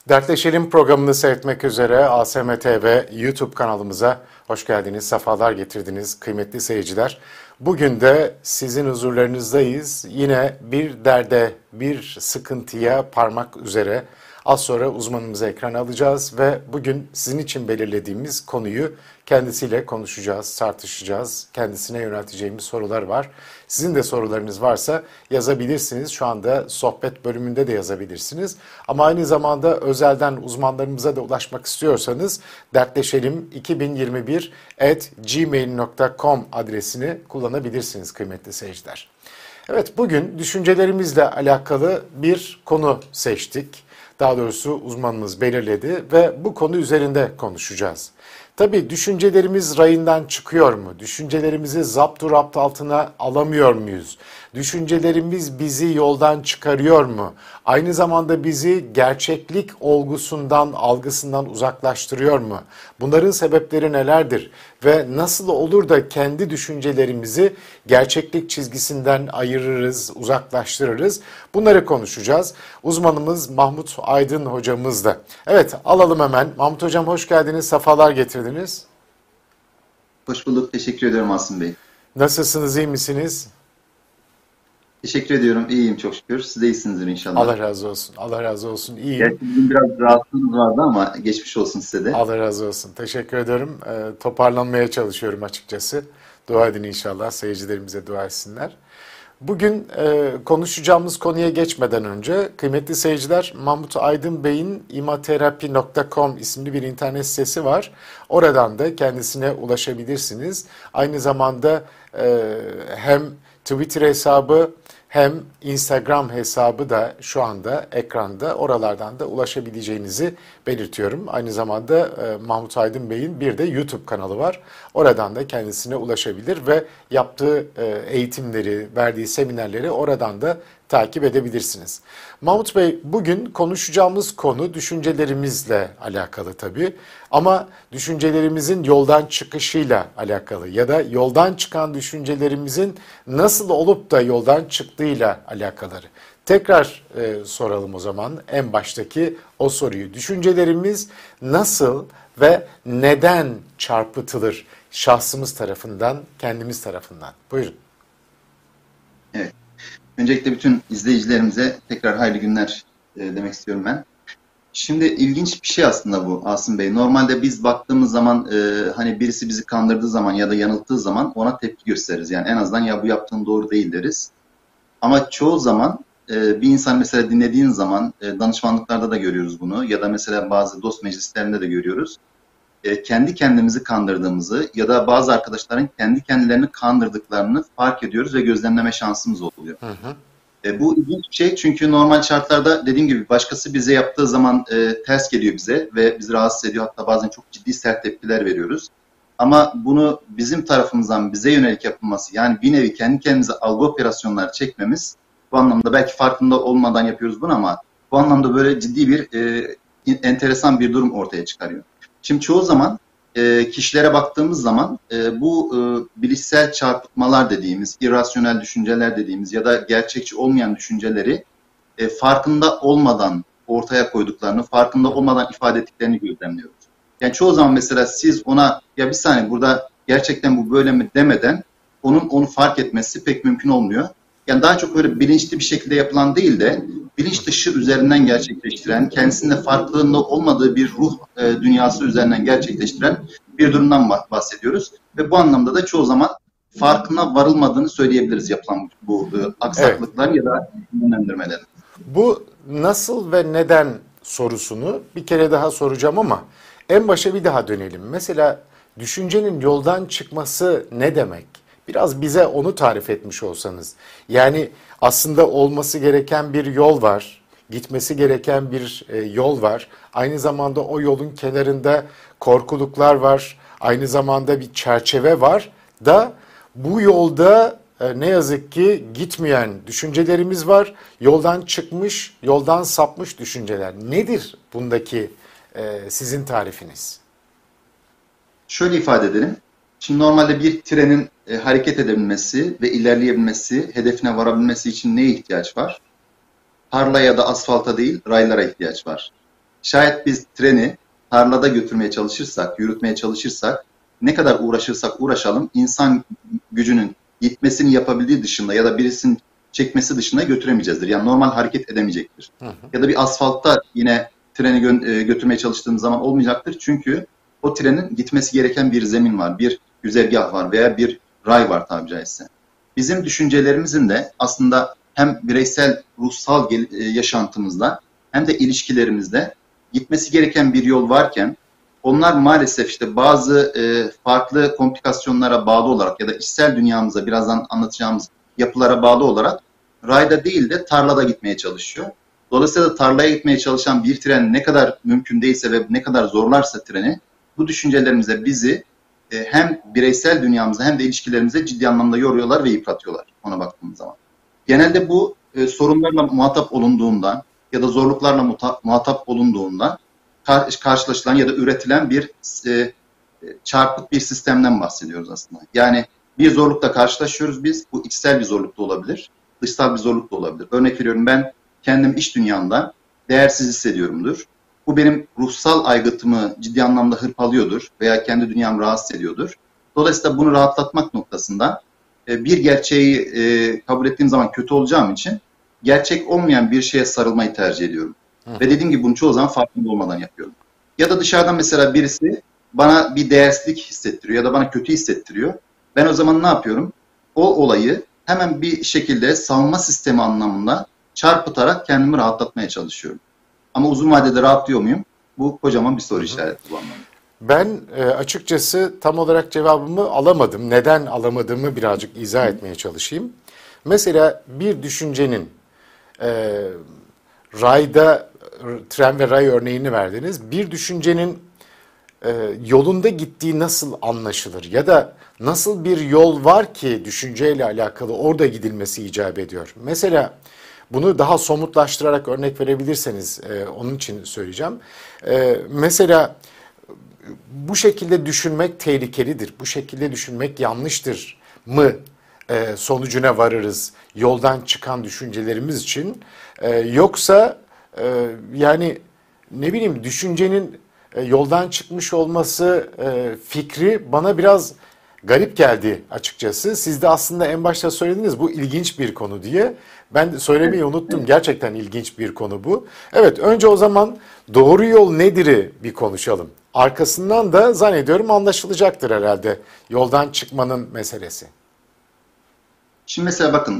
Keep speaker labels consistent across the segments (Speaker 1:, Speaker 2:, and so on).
Speaker 1: Dertleşelim programını seyretmek üzere ASM TV YouTube kanalımıza hoş geldiniz, sefalar getirdiniz kıymetli seyirciler. Bugün de sizin huzurlarınızdayız. Yine bir derde, bir sıkıntıya parmak üzere. Az sonra uzmanımızı ekrana alacağız ve bugün sizin için belirlediğimiz konuyu kendisiyle konuşacağız, tartışacağız. Kendisine yönelteceğimiz sorular var. Sizin de sorularınız varsa yazabilirsiniz. Şu anda sohbet bölümünde de yazabilirsiniz. Ama aynı zamanda özelden uzmanlarımıza da ulaşmak istiyorsanız dertleşelim2021@gmail.com adresini kullanabilirsiniz kıymetli seyirciler. Evet, bugün düşüncelerimizle alakalı bir konu seçtik. Daha doğrusu uzmanımız belirledi ve bu konu üzerinde konuşacağız. Tabii düşüncelerimiz rayından çıkıyor mu? Düşüncelerimizi zapturapt altına alamıyor muyuz? Düşüncelerimiz bizi yoldan çıkarıyor mu? Aynı zamanda bizi gerçeklik olgusundan, algısından uzaklaştırıyor mu? Bunların sebepleri nelerdir? Ve nasıl olur da kendi düşüncelerimizi gerçeklik çizgisinden ayırırız, uzaklaştırırız? Bunları konuşacağız. Uzmanımız Mahmut Aydın hocamızla. Evet, alalım hemen. Mahmut hocam hoş geldiniz, sefalar getirdiniz.
Speaker 2: Hoş bulduk. Teşekkür ediyorum Asım Bey.
Speaker 1: Nasılsınız, iyi misiniz?
Speaker 2: Teşekkür ediyorum. İyiyim çok şükür. Siz de iyisinizdir inşallah.
Speaker 1: Allah razı olsun, Allah razı olsun. İyiyim.
Speaker 2: Gerçi bugün biraz rahatsızlığınız vardı ama geçmiş olsun size de.
Speaker 1: Allah razı olsun. Teşekkür ederim. Toparlanmaya çalışıyorum açıkçası. Dua edin inşallah. Seyircilerimize dua etsinler. Bugün konuşacağımız konuya geçmeden önce kıymetli seyirciler, Mahmut Aydın Bey'in imaterapi.com isimli bir internet sitesi var. Oradan da kendisine ulaşabilirsiniz. Aynı zamanda hem Twitter hesabı hem Instagram hesabı da şu anda ekranda, oralardan da ulaşabileceğinizi belirtiyorum. Aynı zamanda Mahmut Aydın Bey'in bir de YouTube kanalı var. Oradan da kendisine ulaşabilir ve yaptığı eğitimleri, verdiği seminerleri oradan da takip edebilirsiniz. Mahmut Bey, bugün konuşacağımız konu düşüncelerimizle alakalı tabii. Ama düşüncelerimizin yoldan çıkışıyla alakalı ya da yoldan çıkan düşüncelerimizin nasıl olup da yoldan çıktığıyla alakalı. Tekrar soralım o zaman en baştaki o soruyu. Düşüncelerimiz nasıl ve neden çarpıtılır şahsımız tarafından, kendimiz tarafından? Buyurun.
Speaker 2: Evet. Öncelikle bütün izleyicilerimize tekrar hayırlı günler demek istiyorum ben. Şimdi ilginç bir şey aslında bu Asım Bey. Normalde biz baktığımız zaman hani birisi bizi kandırdığı zaman ya da yanılttığı zaman ona tepki gösteririz. Yani en azından ya bu yaptığın doğru değil deriz. Ama çoğu zaman bir insan mesela dinlediğin zaman danışmanlıklarda da görüyoruz bunu ya da mesela bazı dost meclislerinde de görüyoruz. Kendi kendimizi kandırdığımızı ya da bazı arkadaşların kendi kendilerini kandırdıklarını fark ediyoruz ve gözlemleme şansımız oluyor. Hı hı. Bu ilginç bir şey çünkü normal şartlarda dediğim gibi başkası bize yaptığı zaman ters geliyor bize ve bizi rahatsız ediyor. Hatta bazen çok ciddi sert tepkiler veriyoruz. Ama bunu bizim tarafımızdan bize yönelik yapılması, yani bir nevi kendi kendimize algı operasyonları çekmemiz, bu anlamda belki farkında olmadan yapıyoruz bunu ama bu anlamda böyle ciddi bir enteresan bir durum ortaya çıkarıyor. Şimdi çoğu zaman kişilere baktığımız zaman bu bilişsel çarpıtmalar dediğimiz, irrasyonel düşünceler dediğimiz ya da gerçekçi olmayan düşünceleri farkında olmadan ortaya koyduklarını, farkında olmadan ifade ettiklerini gözlemliyoruz. Yani çoğu zaman mesela siz ona ya bir saniye burada gerçekten bu böyle mi demeden onun onu fark etmesi pek mümkün olmuyor. Yani daha çok böyle bilinçli bir şekilde yapılan değil de bilinç dışı üzerinden gerçekleştiren, kendisinde farklılığında olmadığı bir ruh dünyası üzerinden gerçekleştiren bir durumdan bahsediyoruz. Ve bu anlamda da çoğu zaman farkına varılmadığını söyleyebiliriz yapılan bu aksaklıkların ya da yönlendirmelerin.
Speaker 1: Bu nasıl ve neden sorusunu bir kere daha soracağım ama en başa bir daha dönelim. Mesela düşüncenin yoldan çıkması ne demek? Biraz bize onu tarif etmiş olsanız. Yani aslında olması gereken bir yol var, gitmesi gereken bir yol var. Aynı zamanda o yolun kenarında korkuluklar var, aynı zamanda bir çerçeve var da bu yolda ne yazık ki gitmeyen düşüncelerimiz var. Yoldan çıkmış, yoldan sapmış düşünceler. Nedir bundaki sizin tarifiniz?
Speaker 2: Şöyle ifade edelim. Şimdi normalde bir trenin hareket edebilmesi ve ilerleyebilmesi, hedefine varabilmesi için neye ihtiyaç var? Tarla ya da asfalta değil, raylara ihtiyaç var. şayet biz treni tarlada götürmeye çalışırsak, yürütmeye çalışırsak, ne kadar uğraşırsak uğraşalım, insan gücünün gitmesini yapabildiği dışında ya da birisinin çekmesi dışında götüremeyeceğizdir. Yani normal hareket edemeyecektir.
Speaker 1: Hı hı.
Speaker 2: Ya da bir asfaltta yine treni götürmeye çalıştığımız zaman olmayacaktır. Çünkü o trenin gitmesi gereken bir zemin var, bir güzergah var veya bir ray var tabiri caizse. Bizim düşüncelerimizin de aslında hem bireysel ruhsal yaşantımızda hem de ilişkilerimizde gitmesi gereken bir yol varken onlar maalesef işte bazı farklı komplikasyonlara bağlı olarak ya da içsel dünyamıza birazdan anlatacağımız yapılara bağlı olarak rayda değil de tarlada gitmeye çalışıyor. Dolayısıyla tarlaya gitmeye çalışan bir tren ne kadar mümkün değilse ve ne kadar zorlarsa treni, bu düşüncelerimize bizi hem bireysel dünyamıza hem de ilişkilerimize ciddi anlamda yoruyorlar ve yıpratıyorlar ona baktığımız zaman. Genelde bu sorunlarla muhatap olunduğundan ya da zorluklarla muhatap olunduğundan karşılaşılan ya da üretilen bir çarpık bir sistemden bahsediyoruz aslında. Yani bir zorlukla karşılaşıyoruz biz. Bu içsel bir zorluk da olabilir, dışsal bir zorluk da olabilir. Örnek veriyorum, ben kendim iş dünyamda değersiz hissediyorumdur. Bu benim ruhsal aygıtımı ciddi anlamda hırpalıyordur veya kendi dünyamı rahatsız ediyordur. Dolayısıyla bunu rahatlatmak noktasında bir gerçeği kabul ettiğim zaman kötü olacağım için gerçek olmayan bir şeye sarılmayı tercih ediyorum. Ve dediğim gibi bunu çoğu zaman farkında olmadan yapıyorum. Ya da dışarıdan mesela birisi bana bir değersizlik hissettiriyor ya da bana kötü hissettiriyor. Ben o zaman ne yapıyorum? O olayı hemen bir şekilde savunma sistemi anlamında çarpıtarak kendimi rahatlatmaya çalışıyorum. Ama uzun vadede rahatlıyor muyum? Bu kocaman bir soru işareti bu anlamda.
Speaker 1: Ben açıkçası tam olarak cevabımı alamadım. Neden alamadığımı birazcık izah etmeye çalışayım. Mesela bir düşüncenin rayda, tren ve ray örneğini verdiniz. Bir düşüncenin yolunda gittiği nasıl anlaşılır? Ya da nasıl bir yol var ki düşünceyle alakalı orada gidilmesi icap ediyor? Mesela bunu daha somutlaştırarak örnek verebilirseniz onun için söyleyeceğim. Mesela bu şekilde düşünmek tehlikelidir, bu şekilde düşünmek yanlıştır mı sonucuna varırız yoldan çıkan düşüncelerimiz için. Yoksa yani ne bileyim düşüncenin yoldan çıkmış olması fikri bana biraz garip geldi açıkçası. Siz de aslında en başta söylediniz bu ilginç bir konu diye. Ben de söylemeyi unuttum. Gerçekten ilginç bir konu bu. Evet, önce o zaman doğru yol nedir'i bir konuşalım. Arkasından da zannediyorum anlaşılacaktır herhalde yoldan çıkmanın meselesi.
Speaker 2: Şimdi mesela bakın,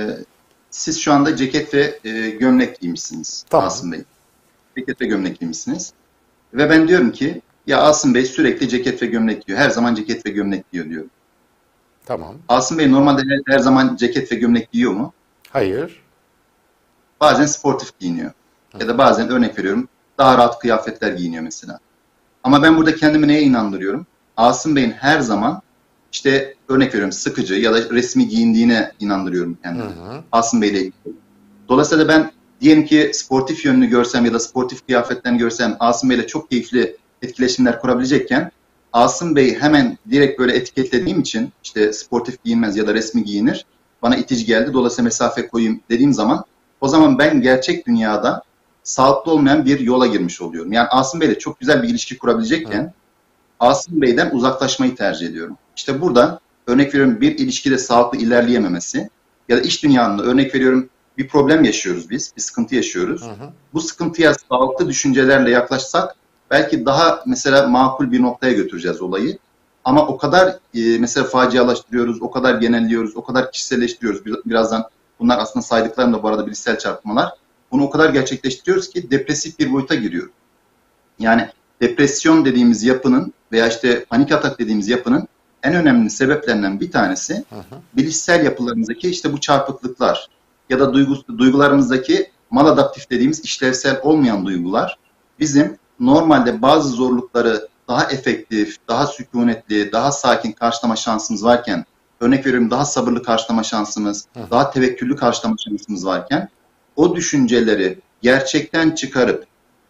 Speaker 2: siz şu anda ceket ve gömlek giymişsiniz.
Speaker 1: Tamam.
Speaker 2: Asım Bey. Ceket ve gömlek giymişsiniz. Ve ben diyorum ki ya Asım Bey sürekli ceket ve gömlek giyiyor. Her zaman ceket ve gömlek giyiyor diyorum.
Speaker 1: Tamam.
Speaker 2: Asım Bey normalde her zaman ceket ve gömlek giyiyor mu?
Speaker 1: Hayır.
Speaker 2: Bazen sportif giyiniyor. Ya da bazen örnek veriyorum daha rahat kıyafetler giyiniyor mesela. Ama ben burada kendimi neye inandırıyorum? Asım Bey'in her zaman işte örnek veriyorum sıkıcı ya da resmi giyindiğine inandırıyorum kendimi. Asım Bey'le ilgili. Dolayısıyla ben diyelim ki sportif yönünü görsem ya da sportif kıyafetlerini görsem Asım Bey'le çok keyifli etkileşimler kurabilecekken Asım Bey hemen direkt böyle etiketlediğim için işte sportif giyinmez ya da resmi giyinir. Bana itici geldi. Dolayısıyla mesafe koyayım dediğim zaman o zaman ben gerçek dünyada sağlıklı olmayan bir yola girmiş oluyorum. Yani Asım Bey'le çok güzel bir ilişki kurabilecekken Asım Bey'den uzaklaşmayı tercih ediyorum. İşte burada örnek veriyorum bir ilişkide sağlıklı ilerleyememesi ya da iş dünyasında örnek veriyorum bir problem yaşıyoruz biz, bir sıkıntı yaşıyoruz. Bu sıkıntıya sağlıklı düşüncelerle yaklaşsak belki daha mesela makul bir noktaya götüreceğiz olayı. Ama o kadar mesela facialaştırıyoruz, o kadar genelliyoruz, o kadar kişiselleştiriyoruz. Birazdan bunlar aslında saydıklarım da bu arada bilişsel çarpmalar. Bunu o kadar gerçekleştiriyoruz ki depresif bir boyuta giriyor. Yani depresyon dediğimiz yapının veya işte panik atak dediğimiz yapının en önemli sebeplerinden bir tanesi bilişsel yapılarımızdaki işte bu çarpıklıklar ya da duygularımızdaki maladaptif dediğimiz işlevsel olmayan duygular bizim normalde bazı zorlukları daha efektif, daha sükunetli, daha sakin karşılama şansımız varken, örnek veriyorum daha sabırlı karşılama şansımız, daha tevekküllü karşılama şansımız varken o düşünceleri gerçekten çıkarıp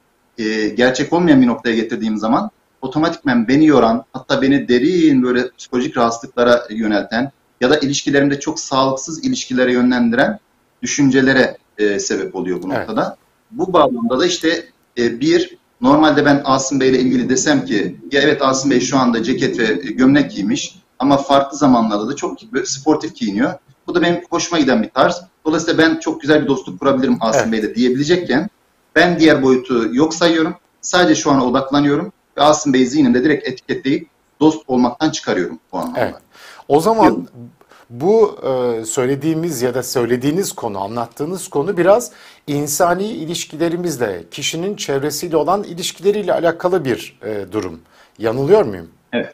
Speaker 2: gerçek olmayan bir noktaya getirdiğim zaman otomatikmen beni yoran, hatta beni derin böyle psikolojik rahatsızlıklara yönelten ya da ilişkilerimde çok sağlıksız ilişkilere yönlendiren düşüncelere sebep oluyor bu noktada. Bu bağlamda da işte Normalde ben Asım Bey ile ilgili desem ki ya evet Asım Bey şu anda ceket ve gömlek giymiş ama farklı zamanlarda da çok sportif giyiniyor. Bu da benim hoşuma giden bir tarz. Dolayısıyla ben çok güzel bir dostluk kurabilirim Asım Bey'le diyebilecekken ben diğer boyutu yok sayıyorum. Sadece şu ana odaklanıyorum ve Asım Bey'i zihnimde direkt etiketleyip dost olmaktan çıkarıyorum bu anlamda.
Speaker 1: Evet. O zaman bu söylediğimiz ya da söylediğiniz konu, anlattığınız konu biraz insani ilişkilerimizle, kişinin çevresiyle olan ilişkileriyle alakalı bir durum. Yanılıyor muyum?
Speaker 2: Evet.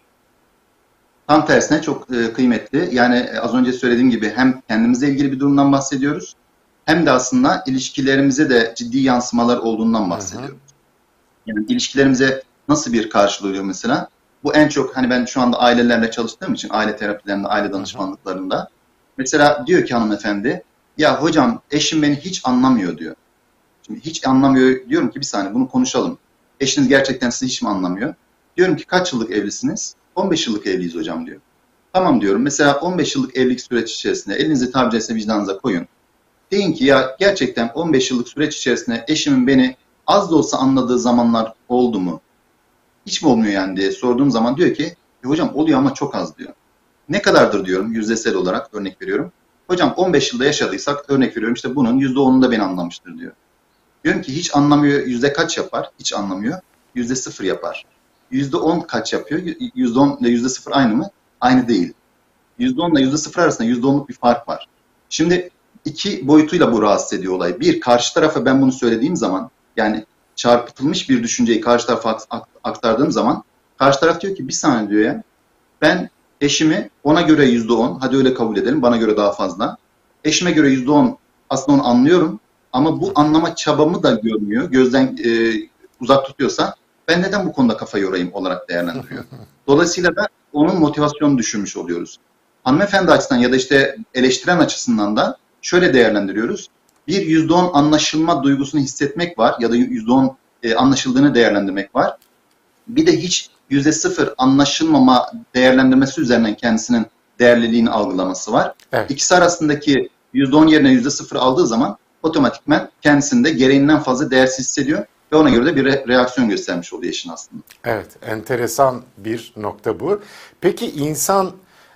Speaker 2: Tam tersine çok kıymetli. Yani az önce söylediğim gibi hem kendimizle ilgili bir durumdan bahsediyoruz hem de aslında ilişkilerimize de ciddi yansımalar olduğundan bahsediyoruz. Yani ilişkilerimize nasıl bir karşılığı oluyor mesela? Bu en çok hani ben şu anda ailelerle çalıştığım için aile terapilerinde, aile danışmanlıklarında mesela diyor ki hanımefendi ya hocam eşim beni hiç anlamıyor diyor. Şimdi hiç anlamıyor diyorum ki bir saniye bunu konuşalım. Eşiniz gerçekten sizi hiç mi anlamıyor? Diyorum ki kaç yıllık evlisiniz? 15 yıllık evliyiz hocam diyor. Tamam diyorum. Mesela 15 yıllık evlilik süreç içerisinde elinizi tabiri caizse vicdanınıza koyun. Deyin ki ya gerçekten 15 yıllık süreç içerisinde eşimin beni az da olsa anladığı zamanlar oldu mu? Hiç mi olmuyor yani diye sorduğum zaman diyor ki hocam oluyor ama çok az diyor. Ne kadardır diyorum yüzdesel olarak örnek veriyorum. Hocam 15 yılda yaşadıysak örnek veriyorum işte bunun %10'unu da beni anlamıştır diyor. Diyorum ki hiç anlamıyor yüzde kaç yapar? Hiç anlamıyor. %0 yapar. %10 kaç yapıyor? %10 ile %0 aynı mı? Aynı değil. %10 ile %0 arasında %10'luk bir fark var. Şimdi iki boyutuyla bu rahatsız ediyor olay. Bir, karşı tarafa ben bunu söylediğim zaman yani çarpıtılmış bir düşünceyi karşı tarafa aktardığım zaman karşı taraf diyor ki bir saniye diyor ya ben eşimi ona göre %10 hadi öyle kabul edelim bana göre daha fazla. Eşime göre %10 aslında onu anlıyorum ama bu anlama çabamı da görmüyor. Gözden uzak tutuyorsa ben neden bu konuda kafa yorayım olarak değerlendiriyor. Dolayısıyla da onun motivasyonunu düşürmüş oluyoruz. Hanımefendi açısından ya da işte eleştiren açısından da şöyle değerlendiriyoruz. Bir %10 anlaşılma duygusunu hissetmek var ya da %10 anlaşıldığını değerlendirmek var. Bir de hiç %0 anlaşılmama değerlendirmesi üzerinden kendisinin değerliliğini algılaması var.
Speaker 1: Evet.
Speaker 2: İkisi arasındaki %10 yerine %0 aldığı zaman otomatikman kendisinde gereğinden fazla değersiz hissediyor ve ona göre de bir reaksiyon göstermiş oluyor eşin aslında.
Speaker 1: Evet, enteresan bir nokta bu. Peki insan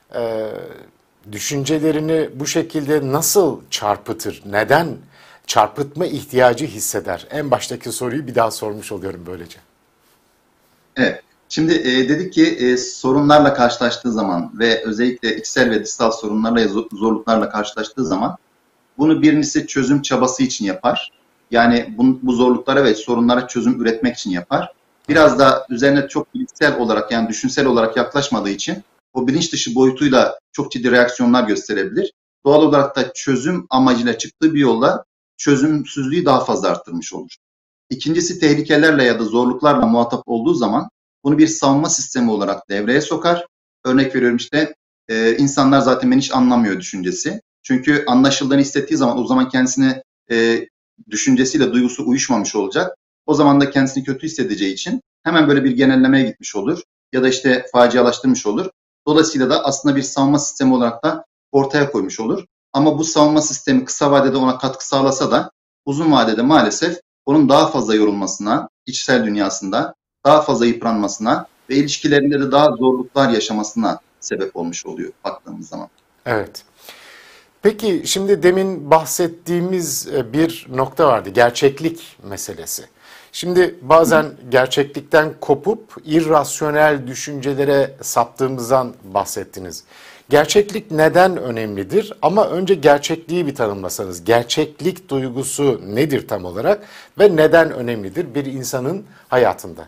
Speaker 1: düşüncelerini bu şekilde nasıl çarpıtır? Neden çarpıtma ihtiyacı hisseder? En baştaki soruyu bir daha sormuş oluyorum böylece.
Speaker 2: Evet. Şimdi dedik ki sorunlarla karşılaştığı zaman ve özellikle içsel ve dışsal sorunlarla ya zorluklarla karşılaştığı zaman bunu birincisi çözüm çabası için yapar. Yani bu zorluklara ve sorunlara çözüm üretmek için yapar. Biraz da üzerine çok bilişsel olarak yani düşünsel olarak yaklaşmadığı için o bilinç dışı boyutuyla çok ciddi reaksiyonlar gösterebilir. Doğal olarak da çözüm amacıyla çıktığı bir yolda çözümsüzlüğü daha fazla arttırmış olur. İkincisi tehlikelerle ya da zorluklarla muhatap olduğu zaman bunu bir savunma sistemi olarak devreye sokar. Örnek veriyorum işte insanlar zaten beni hiç anlamıyor düşüncesi. Çünkü anlaşıldığını hissettiği zaman o zaman kendisine düşüncesiyle duygusu uyuşmamış olacak. O zaman da kendisini kötü hissedeceği için hemen böyle bir genellemeye gitmiş olur. Ya da işte facialaştırmış olur. Dolayısıyla da aslında bir savunma sistemi olarak da ortaya koymuş olur. Ama bu savunma sistemi kısa vadede ona katkı sağlasa da uzun vadede maalesef onun daha fazla yorulmasına, içsel dünyasında daha fazla yıpranmasına ve ilişkilerinde de daha zorluklar yaşamasına sebep olmuş oluyor baktığımız zaman.
Speaker 1: Evet. Peki şimdi demin bahsettiğimiz bir nokta vardı. Gerçeklik meselesi. Şimdi bazen gerçeklikten kopup irrasyonel düşüncelere saptığımızdan bahsettiniz. Gerçeklik neden önemlidir? Ama önce gerçekliği bir tanımlasanız. Gerçeklik duygusu nedir tam olarak ve neden önemlidir bir insanın hayatında?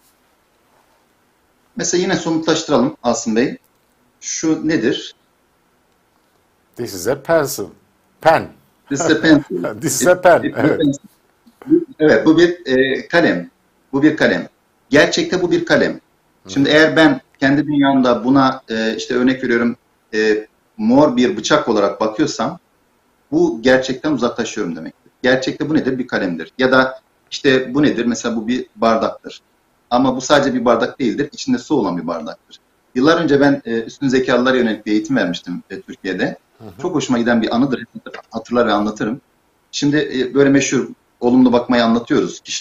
Speaker 2: Mesela yine somutlaştıralım Asım Bey. Şu nedir?
Speaker 1: This is a pencil. Pen.
Speaker 2: This is a pencil.
Speaker 1: This is a pen. Evet.
Speaker 2: Evet, bu bir kalem. Bu bir kalem. Gerçekte bu bir kalem. Şimdi eğer ben kendi dünyamda buna işte örnek veriyorum mor bir bıçak olarak bakıyorsam bu gerçekten uzaklaşıyorum demektir. Gerçekte bu nedir? Bir kalemdir. Ya da işte bu nedir? Mesela bu bir bardaktır. Ama bu sadece bir bardak değildir. İçinde su olan bir bardaktır. Yıllar önce ben üstün zekalılara yönelik bir eğitim vermiştim Türkiye'de. Çok hoşuma giden bir anıdır. Hatırlar ve anlatırım. Şimdi böyle meşhur olumlu bakmayı anlatıyoruz kişilere.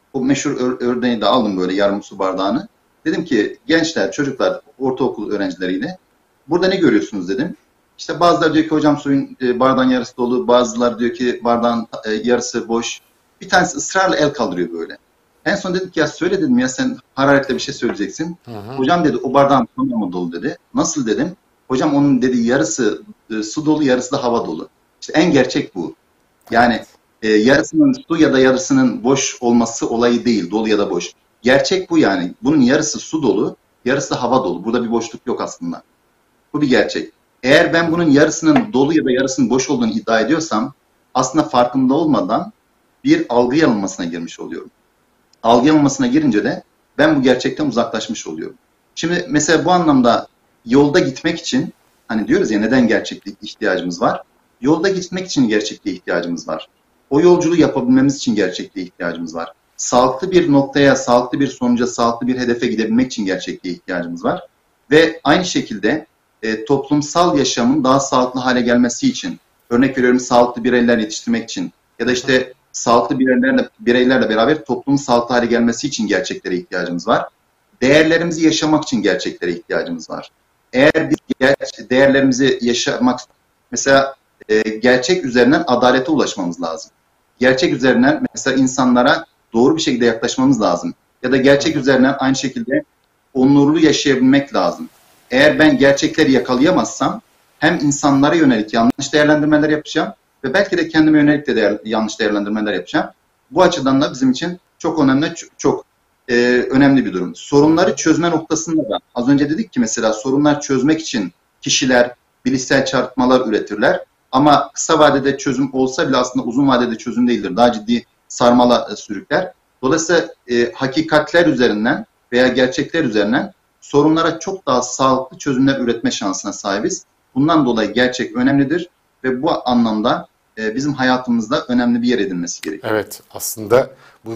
Speaker 2: O meşhur örneği de aldım, böyle yarım su bardağını. Dedim ki gençler, çocuklar, ortaokul öğrencileriyle burada ne görüyorsunuz dedim. İşte bazıları diyor ki hocam suyun bardağın yarısı dolu, bazıları diyor ki bardağın yarısı boş. Bir tanesi ısrarla el kaldırıyor böyle. En son dedim ki ya söyle dedim, ya sen hararetle bir şey söyleyeceksin.
Speaker 1: Hı hı.
Speaker 2: Hocam dedi o bardağın tamamı dolu dedi. Nasıl dedim. Hocam onun dedi yarısı su dolu, yarısı da hava dolu. İşte en gerçek bu. Yani yarısının su ya da yarısının boş olması olayı değil, dolu ya da boş. Gerçek bu yani. Bunun yarısı su dolu, yarısı hava dolu. Burada bir boşluk yok aslında. Bu bir gerçek. Eğer ben bunun yarısının dolu ya da yarısının boş olduğunu iddia ediyorsam, aslında farkında olmadan bir algı yanılmasına girmiş oluyorum. Algı yanılmasına girince de ben bu gerçekten uzaklaşmış oluyorum. Şimdi mesela bu anlamda yolda gitmek için, hani diyoruz ya neden gerçeklik ihtiyacımız var? Yolda gitmek için gerçekliğe ihtiyacımız var. O yolculuğu yapabilmemiz için gerçekliğe ihtiyacımız var. Sağlıklı bir noktaya, sağlıklı bir sonuca, sağlıklı bir hedefe gidebilmek için gerçekliğe ihtiyacımız var. Ve aynı şekilde toplumsal yaşamın daha sağlıklı hale gelmesi için, örnek veriyorum sağlıklı bireyler yetiştirmek için ya da işte sağlıklı bireylerle beraber toplumun sağlıklı hale gelmesi için gerçeklere ihtiyacımız var. Değerlerimizi yaşamak için gerçeklere ihtiyacımız var. Eğer biz değerlerimizi yaşamak, mesela gerçek üzerinden adalete ulaşmamız lazım. Gerçek üzerinden mesela insanlara doğru bir şekilde yaklaşmamız lazım. Ya da gerçek üzerinden aynı şekilde onurlu yaşayabilmek lazım. Eğer ben gerçekleri yakalayamazsam hem insanlara yönelik yanlış değerlendirmeler yapacağım ve belki de kendime yönelik de yanlış değerlendirmeler yapacağım. Bu açıdan da bizim için çok önemli, çok önemli bir durum. Sorunları çözme noktasında da az önce dedik ki mesela sorunlar çözmek için kişiler bilişsel çarpıtmalar üretirler. Ama kısa vadede çözüm olsa bile aslında uzun vadede çözüm değildir. Daha ciddi sarmala sürükler. Dolayısıyla hakikatler üzerinden veya gerçekler üzerinden sorunlara çok daha sağlıklı çözümler üretme şansına sahibiz. Bundan dolayı gerçek önemlidir ve bu anlamda bizim hayatımızda önemli bir yer edinmesi gerekiyor.
Speaker 1: Evet, aslında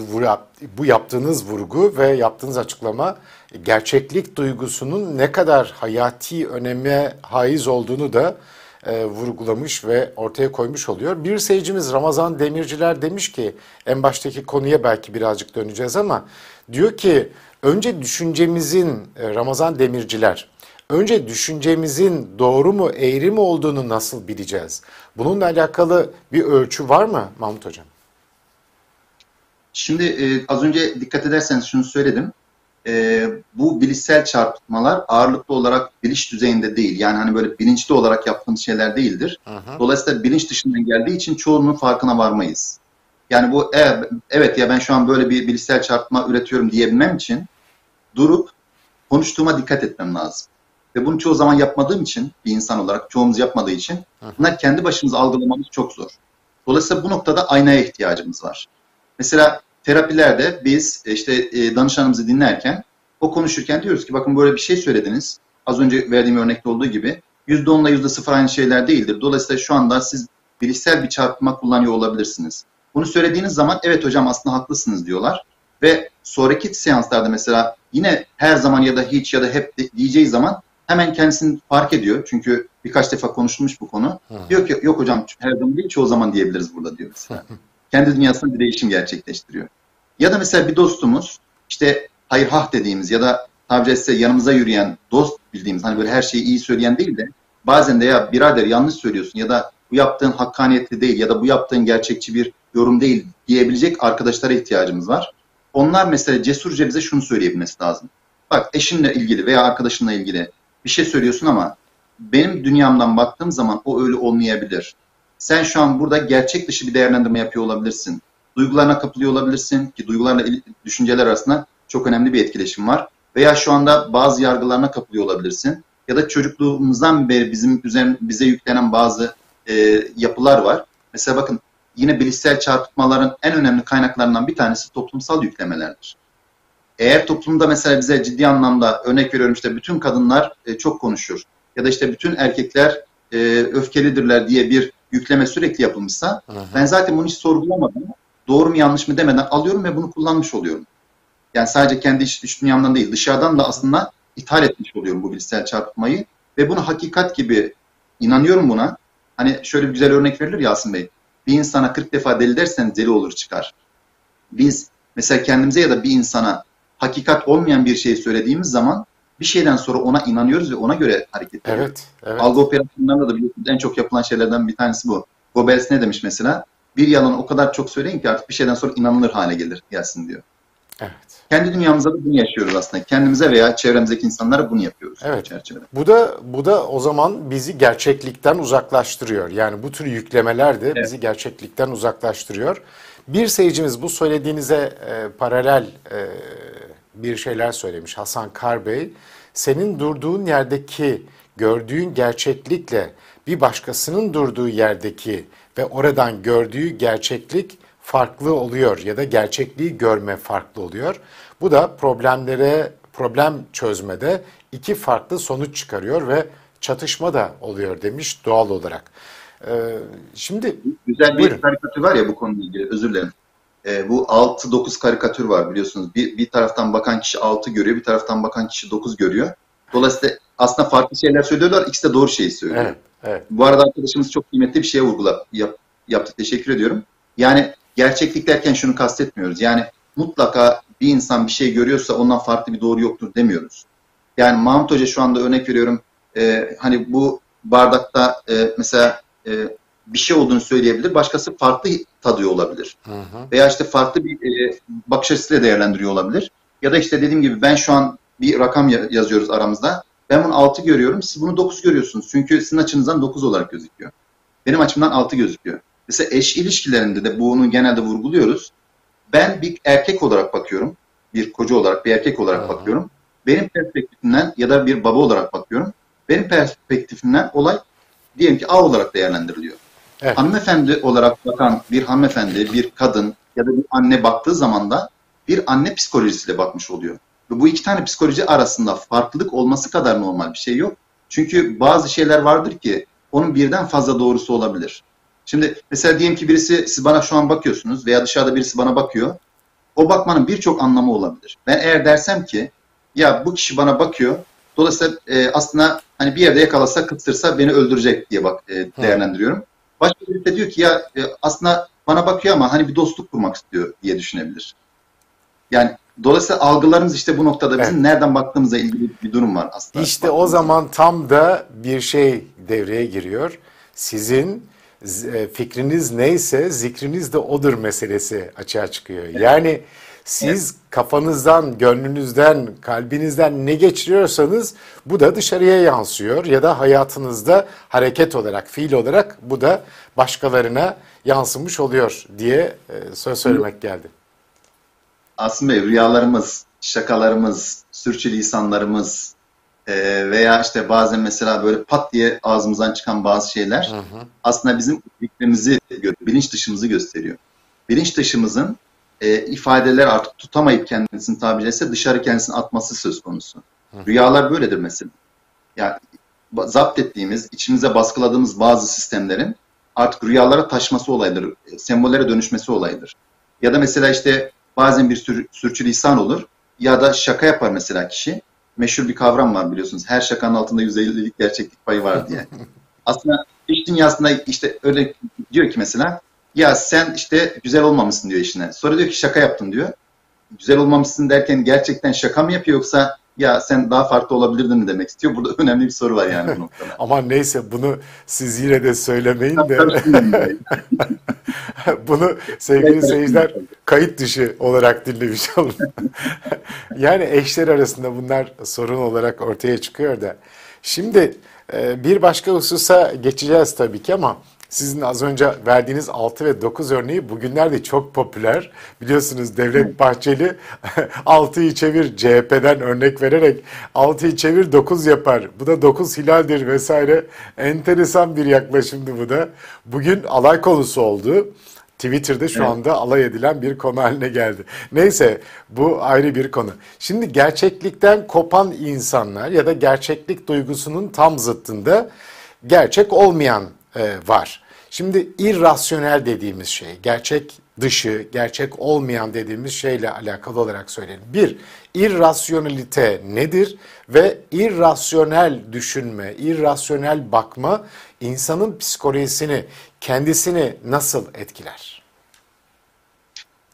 Speaker 1: bu yaptığınız vurgu ve yaptığınız açıklama gerçeklik duygusunun ne kadar hayati öneme haiz olduğunu da vurgulamış ve ortaya koymuş oluyor. Bir seyircimiz Ramazan Demirciler demiş ki, en baştaki konuya belki birazcık döneceğiz ama diyor ki önce düşüncemizin, Ramazan Demirciler, önce düşüncemizin doğru mu eğri mi olduğunu nasıl bileceğiz? Bununla alakalı bir ölçü var mı Mahmut Hocam?
Speaker 2: Şimdi az önce dikkat ederseniz şunu söyledim. Bu bilişsel çarpıtmalar ağırlıklı olarak bilinç düzeyinde değil. Yani hani böyle bilinçli olarak yaptığımız şeyler değildir.
Speaker 1: Hı hı.
Speaker 2: Dolayısıyla bilinç dışından geldiği için çoğunun farkına varmayız. Yani bu evet ya ben şu an böyle bir bilişsel çarpıtma üretiyorum diyebilmem için durup konuştuğuma dikkat etmem lazım. Ve bunu çoğu zaman yapmadığım için, bir insan olarak çoğumuz yapmadığı için bunlar kendi başımıza algılamamız çok zor. Dolayısıyla bu noktada aynaya ihtiyacımız var. Mesela terapilerde biz işte danışanımızı dinlerken, o konuşurken diyoruz ki bakın böyle bir şey söylediniz. Az önce verdiğim örnekte olduğu gibi %10 ile %0 aynı şeyler değildir. Dolayısıyla şu anda siz bilişsel bir çarpıtma kullanıyor olabilirsiniz. Bunu söylediğiniz zaman evet hocam aslında haklısınız diyorlar. Ve sonraki seanslarda mesela yine her zaman ya da hiç ya da hep diyeceği zaman hemen kendisini fark ediyor. Çünkü birkaç defa konuşulmuş bu konu. Diyor ki yok hocam her zaman değil çoğu zaman diyebiliriz burada diyor mesela. Kendi dünyasında bir değişim gerçekleştiriyor. Ya da mesela bir dostumuz işte hayır hah dediğimiz ya da tabiri caizse yanımıza yürüyen dost bildiğimiz hani böyle her şeyi iyi söyleyen değil de bazen de ya birader yanlış söylüyorsun ya da bu yaptığın hakkaniyetli değil ya da bu yaptığın gerçekçi bir yorum değil diyebilecek arkadaşlara ihtiyacımız var. Onlar mesela cesurca bize şunu söyleyebilmesi lazım. Bak eşinle ilgili veya arkadaşınla ilgili bir şey söylüyorsun ama benim dünyamdan baktığım zaman o öyle olmayabilir. Sen şu an burada gerçek dışı bir değerlendirme yapıyor olabilirsin. Duygularına kapılıyor olabilirsin ki duygularla düşünceler arasında çok önemli bir etkileşim var. Veya şu anda bazı yargılarına kapılıyor olabilirsin. Ya da çocukluğumuzdan beri bize yüklenen bazı yapılar var. Mesela bakın yine bilişsel çarpıtmaların en önemli kaynaklarından bir tanesi toplumsal yüklemelerdir. Eğer toplumda mesela bize ciddi anlamda örnek veriyorum işte bütün kadınlar çok konuşur ya da işte bütün erkekler öfkelidirler diye bir yükleme sürekli yapılmışsa ben zaten bunu hiç sorgulamadan doğru mu yanlış mı demeden alıyorum ve bunu kullanmış oluyorum. Yani sadece kendi iç dünyamdan değil dışarıdan da aslında ithal etmiş oluyorum bu bilişsel çarpıtmayı ve bunu hakikat gibi inanıyorum buna. Hani şöyle bir güzel örnek verilir Yasin Bey. Bir insana 40 defa deli derseniz deli olur çıkar. Biz Mesela kendimize ya da bir insana hakikat olmayan bir şey söylediğimiz zaman bir şeyden sonra ona inanıyoruz ve ona göre hareket ediyoruz.
Speaker 1: Evet, evet.
Speaker 2: Algı operasyonlarında da biliyorsunuz en çok yapılan şeylerden bir tanesi bu. Goebbels ne demiş mesela? Bir yalan o kadar çok söyleyin ki artık bir şeyden sonra inanılır hale gelsin diyor.
Speaker 1: Evet.
Speaker 2: Kendi dünyamızda da bunu yaşıyoruz aslında. Kendimize veya çevremizdeki insanlara bunu yapıyoruz bu
Speaker 1: Evet.
Speaker 2: çerçevede.
Speaker 1: Bu da o zaman bizi gerçeklikten uzaklaştırıyor. Yani bu tür yüklemeler de
Speaker 2: Evet.
Speaker 1: bizi gerçeklikten uzaklaştırıyor. Bir seyircimiz bu söylediğinize paralel bir şeyler söylemiş, Hasan Karbey. Senin durduğun yerdeki gördüğün gerçeklikle bir başkasının durduğu yerdeki ve oradan gördüğü gerçeklik farklı oluyor ya da gerçekliği görme farklı oluyor. Bu da problem çözmede iki farklı sonuç çıkarıyor ve çatışma da oluyor demiş doğal olarak. Şimdi
Speaker 2: Güzel bir
Speaker 1: buyurun.
Speaker 2: karikatür var ya bu konuyla ilgili, özür dilerim. Bu 6-9 karikatür var biliyorsunuz. Bir taraftan bakan kişi 6 görüyor, bir taraftan bakan kişi 9 görüyor. Dolayısıyla aslında farklı şeyler söylüyorlar, ikisi de doğru şeyi söylüyor.
Speaker 1: Evet, evet.
Speaker 2: Bu arada arkadaşımız çok kıymetli bir şeye yaptı. Teşekkür ediyorum. Yani gerçeklik derken şunu kastetmiyoruz. Yani mutlaka bir insan bir şey görüyorsa ondan farklı bir doğru yoktur demiyoruz. Yani Mahmut Hoca şu anda örnek veriyorum. Hani bu bardakta mesela bir şey olduğunu söyleyebilir. Başkası farklı tadıyor olabilir.
Speaker 1: Hı hı.
Speaker 2: Veya işte farklı bir bakış açısıyla değerlendiriyor olabilir. Ya da işte dediğim gibi ben şu an bir rakam yazıyoruz aramızda. Ben bunu 6 görüyorum. Siz bunu 9 görüyorsunuz. Çünkü sizin açınızdan 9 olarak gözüküyor. Benim açımdan 6 gözüküyor. Mesela eş ilişkilerinde de bunu genelde vurguluyoruz. Ben bir erkek olarak bakıyorum. Bir koca olarak, bir erkek
Speaker 1: Hı
Speaker 2: olarak
Speaker 1: hı.
Speaker 2: bakıyorum. Benim perspektifimden ya da bir baba olarak bakıyorum. Benim perspektifimden olay diyelim ki A olarak değerlendiriliyor.
Speaker 1: Evet.
Speaker 2: Hanımefendi olarak bakan bir hanımefendi, bir kadın ya da bir anne baktığı zaman da bir anne psikolojisiyle bakmış oluyor. Ve bu iki tane psikoloji arasında farklılık olması kadar normal bir şey yok. Çünkü bazı şeyler vardır ki onun birden fazla doğrusu olabilir. Şimdi mesela diyelim ki birisi, siz bana şu an bakıyorsunuz veya dışarıda birisi bana bakıyor. O bakmanın birçok anlamı olabilir. Ben eğer dersem ki ya bu kişi bana bakıyor. Dolayısıyla aslında hani bir yerde yakalasa kıstırsa beni öldürecek diye
Speaker 1: Hı.
Speaker 2: değerlendiriyorum. Başka birisi de diyor ki ya aslında bana bakıyor ama hani bir dostluk kurmak istiyor diye düşünebilir. Yani dolayısıyla algılarımız işte bu noktada
Speaker 1: Evet.
Speaker 2: bizim nereden baktığımıza ilgili bir durum var aslında
Speaker 1: İşte o
Speaker 2: baktığımız zaman.
Speaker 1: zaman tam da bir şey devreye giriyor. Sizin fikriniz neyse zikriniz de odur meselesi açığa çıkıyor. Yani
Speaker 2: Evet.
Speaker 1: siz kafanızdan, gönlünüzden, kalbinizden ne geçiriyorsanız bu da dışarıya yansıyor ya da hayatınızda hareket olarak, fiil olarak bu da başkalarına yansımış oluyor diye söz söylemek geldi.
Speaker 2: Asım Bey, rüyalarımız, şakalarımız, sürçülisanlarımız veya işte bazen mesela böyle pat diye ağzımızdan çıkan bazı şeyler aslında bizim fikrimizi, bilinç dışımızı gösteriyor. Bilinç dışımızın ifadeler artık tutamayıp kendisini tabiri caizse dışarı kendisini atması söz konusu. Rüyalar böyledir mesela. Yani zapt ettiğimiz, içimize baskıladığımız bazı sistemlerin artık rüyalara taşması olayıdır, sembollere dönüşmesi olayıdır. Ya da mesela işte bazen bir sürçülisan olur ya da şaka yapar mesela kişi. Meşhur bir kavram var biliyorsunuz. Her şakanın altında %50'lik gerçeklik payı var diye. Aslında iş dünyasında işte öyle diyor ki mesela ya sen işte güzel olmamışsın diyor eşine. Sonra diyor ki şaka yaptım diyor. Güzel olmamışsın derken gerçekten şaka mı yapıyor yoksa ya sen daha farklı olabilirdin mi demek istiyor. Burada önemli bir soru var yani bu noktada.
Speaker 1: Ama neyse bunu siz yine de söylemeyin de
Speaker 2: Karıştırmayın burayı.
Speaker 1: bunu sevgili seyirciler kayıt dışı olarak dinlemiş olun. Yani eşler arasında bunlar sorun olarak ortaya çıkıyor da. Şimdi bir başka hususa geçeceğiz tabii ki ama sizin az önce verdiğiniz 6 ve 9 örneği bugünlerde çok popüler. Biliyorsunuz Devlet Bahçeli 6'yı çevir CHP'den örnek vererek 6'yı çevir 9 yapar. Bu da 9 hilaldir vesaire. Enteresan bir yaklaşımdı bu da. Bugün alay konusu oldu. Twitter'da şu
Speaker 2: Evet.
Speaker 1: anda alay edilen bir konu haline geldi. Neyse bu ayrı bir konu. Şimdi gerçeklikten kopan insanlar ya da gerçeklik duygusunun tam zıttında gerçek olmayan var. Şimdi irrasyonel dediğimiz şey, gerçek dışı, gerçek olmayan dediğimiz şeyle alakalı olarak söyleyelim. Bir, irrasyonelite nedir ve irrasyonel düşünme, irrasyonel bakma insanın psikolojisini, kendisini nasıl etkiler?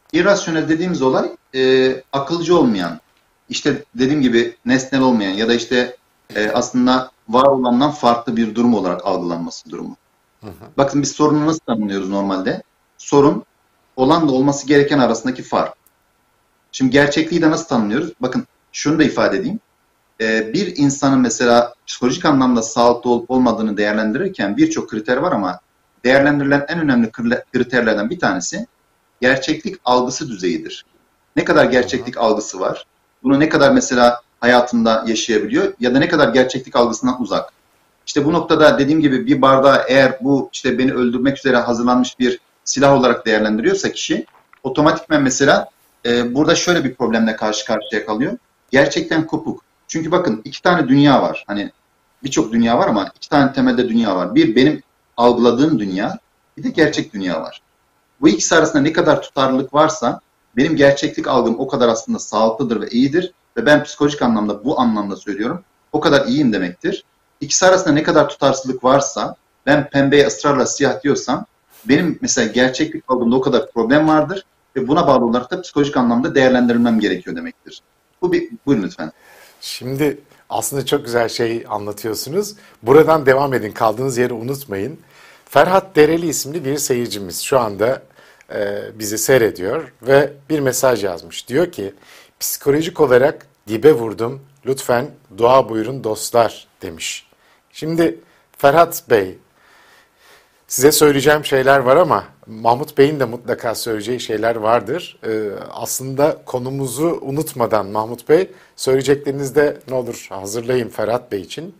Speaker 2: İrrasyonel dediğimiz olay akılcı olmayan, işte dediğim gibi nesnel olmayan ya da işte aslında var olandan farklı bir durum olarak algılanması durumu. Bakın biz sorunu nasıl tanımlıyoruz normalde? Sorun olanla olması gereken arasındaki fark. Şimdi gerçekliği de nasıl tanımlıyoruz? Bakın şunu da ifade edeyim. Bir insanın mesela psikolojik anlamda sağlıklı olup olmadığını değerlendirirken birçok kriter var ama değerlendirilen en önemli kriterlerden bir tanesi gerçeklik algısı düzeyidir. Ne kadar gerçeklik algısı var? Bunu ne kadar mesela hayatında yaşayabiliyor ya da ne kadar gerçeklik algısından uzak? İşte bu noktada dediğim gibi bir bardağı eğer bu işte beni öldürmek üzere hazırlanmış bir silah olarak değerlendiriyorsa kişi otomatikmen mesela burada şöyle bir problemle karşı karşıya kalıyor. Gerçekten kopuk. Çünkü bakın iki tane dünya var. Hani birçok dünya var ama iki tane temelde dünya var. Bir benim algıladığım dünya, bir de gerçek dünya var. Bu ikisi arasında ne kadar tutarlılık varsa benim gerçeklik algım o kadar aslında sağlıklıdır ve iyidir ve ben psikolojik anlamda bu anlamda söylüyorum o kadar iyiyim demektir. İkisi arasında ne kadar tutarsızlık varsa ben pembeye ısrarla siyah diyorsam benim mesela gerçeklik algımda o kadar problem vardır ve buna bağlı olarak da psikolojik anlamda değerlendirilmem gerekiyor demektir. Buyurun lütfen.
Speaker 1: Şimdi aslında çok güzel şey anlatıyorsunuz. Buradan devam edin. Kaldığınız yeri unutmayın. Ferhat Dereli isimli bir seyircimiz şu anda bizi seyrediyor ve bir mesaj yazmış. Diyor ki psikolojik olarak dibe vurdum. Lütfen dua buyurun dostlar demiş. Şimdi Ferhat Bey, size söyleyeceğim şeyler var ama Mahmut Bey'in de mutlaka söyleyeceği şeyler vardır. Aslında konumuzu unutmadan Mahmut Bey, söyleyeceklerinizi de ne olur hazırlayın Ferhat Bey için.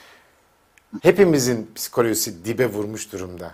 Speaker 1: Hepimizin psikolojisi dibe vurmuş durumda.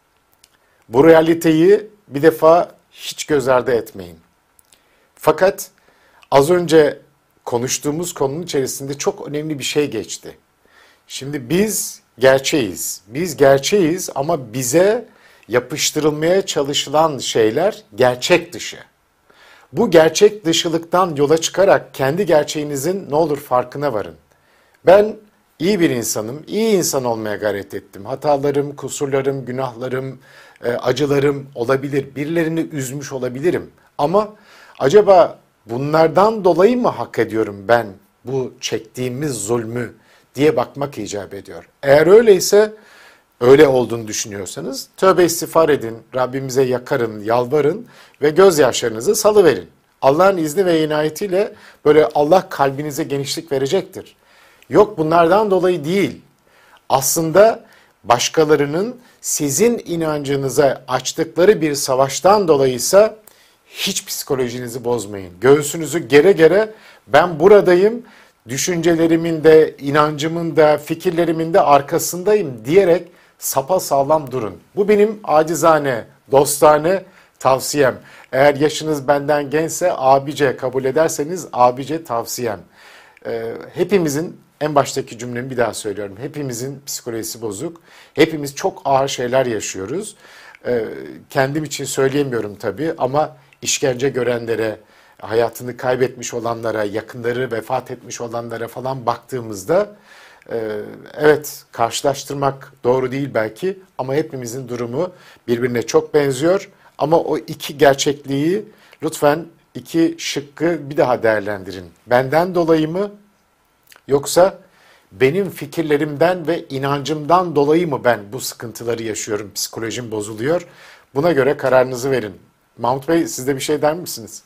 Speaker 1: Bu realiteyi bir defa hiç göz ardı etmeyin. Fakat az önce konuştuğumuz konunun içerisinde çok önemli bir şey geçti. Şimdi biz gerçeğiz. Biz gerçeğiz ama bize yapıştırılmaya çalışılan şeyler gerçek dışı. Bu gerçek dışılıktan yola çıkarak kendi gerçeğinizin ne olur farkına varın. Ben iyi bir insanım, iyi insan olmaya gayret ettim. Hatalarım, kusurlarım, günahlarım, acılarım olabilir. Birilerini üzmüş olabilirim. Ama acaba bunlardan dolayı mı hak ediyorum ben bu çektiğimiz zulmü diye bakmak icap ediyor. Eğer öyleyse, öyle olduğunu düşünüyorsanız tövbe istiğfar edin, Rabbimize yakarın, yalvarın ve gözyaşlarınızı salıverin. Allah'ın izni ve inayetiyle böyle Allah kalbinize genişlik verecektir. Yok bunlardan dolayı değil. Aslında başkalarının sizin inancınıza açtıkları bir savaştan dolayıysa hiç psikolojinizi bozmayın. Göğsünüzü gere gere ben buradayım, düşüncelerimin de, inancımın da, fikirlerimin de arkasındayım diyerek sapasağlam durun. Bu benim acizane, dostane tavsiyem. Eğer yaşınız benden gençse abice kabul ederseniz abice tavsiyem. Hepimizin, en baştaki cümlemi bir daha söylüyorum. Hepimizin psikolojisi bozuk. Hepimiz çok ağır şeyler yaşıyoruz. Kendim için söyleyemiyorum tabii ama işkence görenlere, hayatını kaybetmiş olanlara, yakınları vefat etmiş olanlara falan baktığımızda evet karşılaştırmak doğru değil belki ama hepimizin durumu birbirine çok benziyor. Ama o iki gerçekliği lütfen iki şıkkı bir daha değerlendirin. Benden dolayı mı yoksa benim fikirlerimden ve inancımdan dolayı mı ben bu sıkıntıları yaşıyorum, psikolojim bozuluyor? Buna göre kararınızı verin. Mahmut Bey siz de bir şey der misiniz?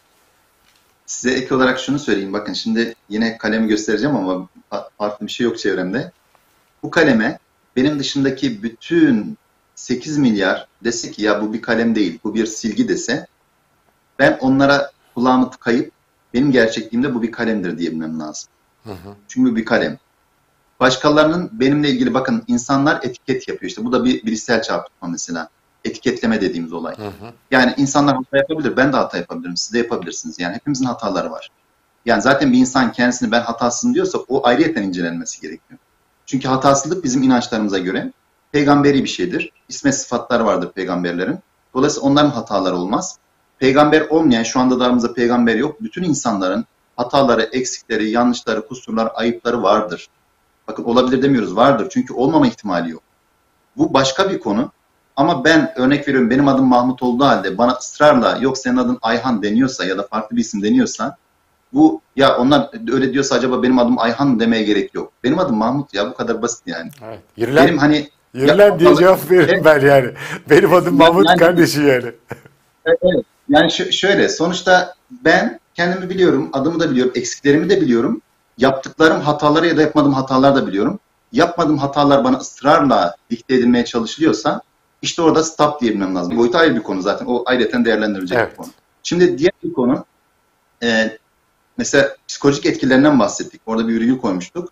Speaker 2: Size ek olarak şunu söyleyeyim. Bakın şimdi yine kalemi göstereceğim ama farklı bir şey yok çevremde. Bu kaleme benim dışındaki bütün 8 milyar dese ki ya bu bir kalem değil, bu bir silgi dese ben onlara kulağımı tıkayıp benim gerçekliğimde bu bir kalemdir diyebilmem lazım. Çünkü bu bir kalem. Başkalarının benimle ilgili bakın insanlar etiket yapıyor. İşte bu da bir bilişsel çarpıtma mesela. Etiketleme dediğimiz olay. Yani insanlar hata yapabilir. Ben de hata yapabilirim. Siz de yapabilirsiniz. Yani hepimizin hataları var. Yani zaten bir insan kendisini ben hatasızım diyorsa o ayrıyeten incelenmesi gerekiyor. Çünkü hatasızlık bizim inançlarımıza göre peygamberi bir şeydir. İsme sıfatlar vardır peygamberlerin. Dolayısıyla onların hataları olmaz. Peygamber olmayan, şu anda da aramızda peygamber yok. Bütün insanların hataları, eksikleri, yanlışları, kusurları, ayıpları vardır. Bakın olabilir demiyoruz, vardır. Çünkü olmama ihtimali yok. Bu başka bir konu. Ama ben örnek veriyorum, benim adım Mahmut olduğu halde bana ısrarla yok senin adın Ayhan deniyorsa ya da farklı bir isim deniyorsa, bu ya onlar öyle diyorsa acaba benim adım Ayhan demeye gerek yok. Benim adım Mahmut ya, bu kadar basit yani.
Speaker 1: Evet.
Speaker 2: Benim hani
Speaker 1: Yürülen diye cevap veririm ben yani. Benim adım Mahmut
Speaker 2: yani,
Speaker 1: kardeşim yani.
Speaker 2: evet. Yani şöyle, sonuçta ben kendimi biliyorum, adımı da biliyorum, eksiklerimi de biliyorum. Yaptıklarım hataları ya da yapmadığım hatalar da biliyorum. Yapmadığım hatalar bana ısrarla dikte edilmeye çalışılıyorsa, işte orada stop diyebilmem lazım. Bu boyutu ayrı bir konu zaten. O ayrıca değerlendirilecek
Speaker 1: Evet.
Speaker 2: bir konu. Şimdi diğer bir konu, e, mesela psikolojik etkilerinden bahsettik. Orada bir virgül koymuştuk.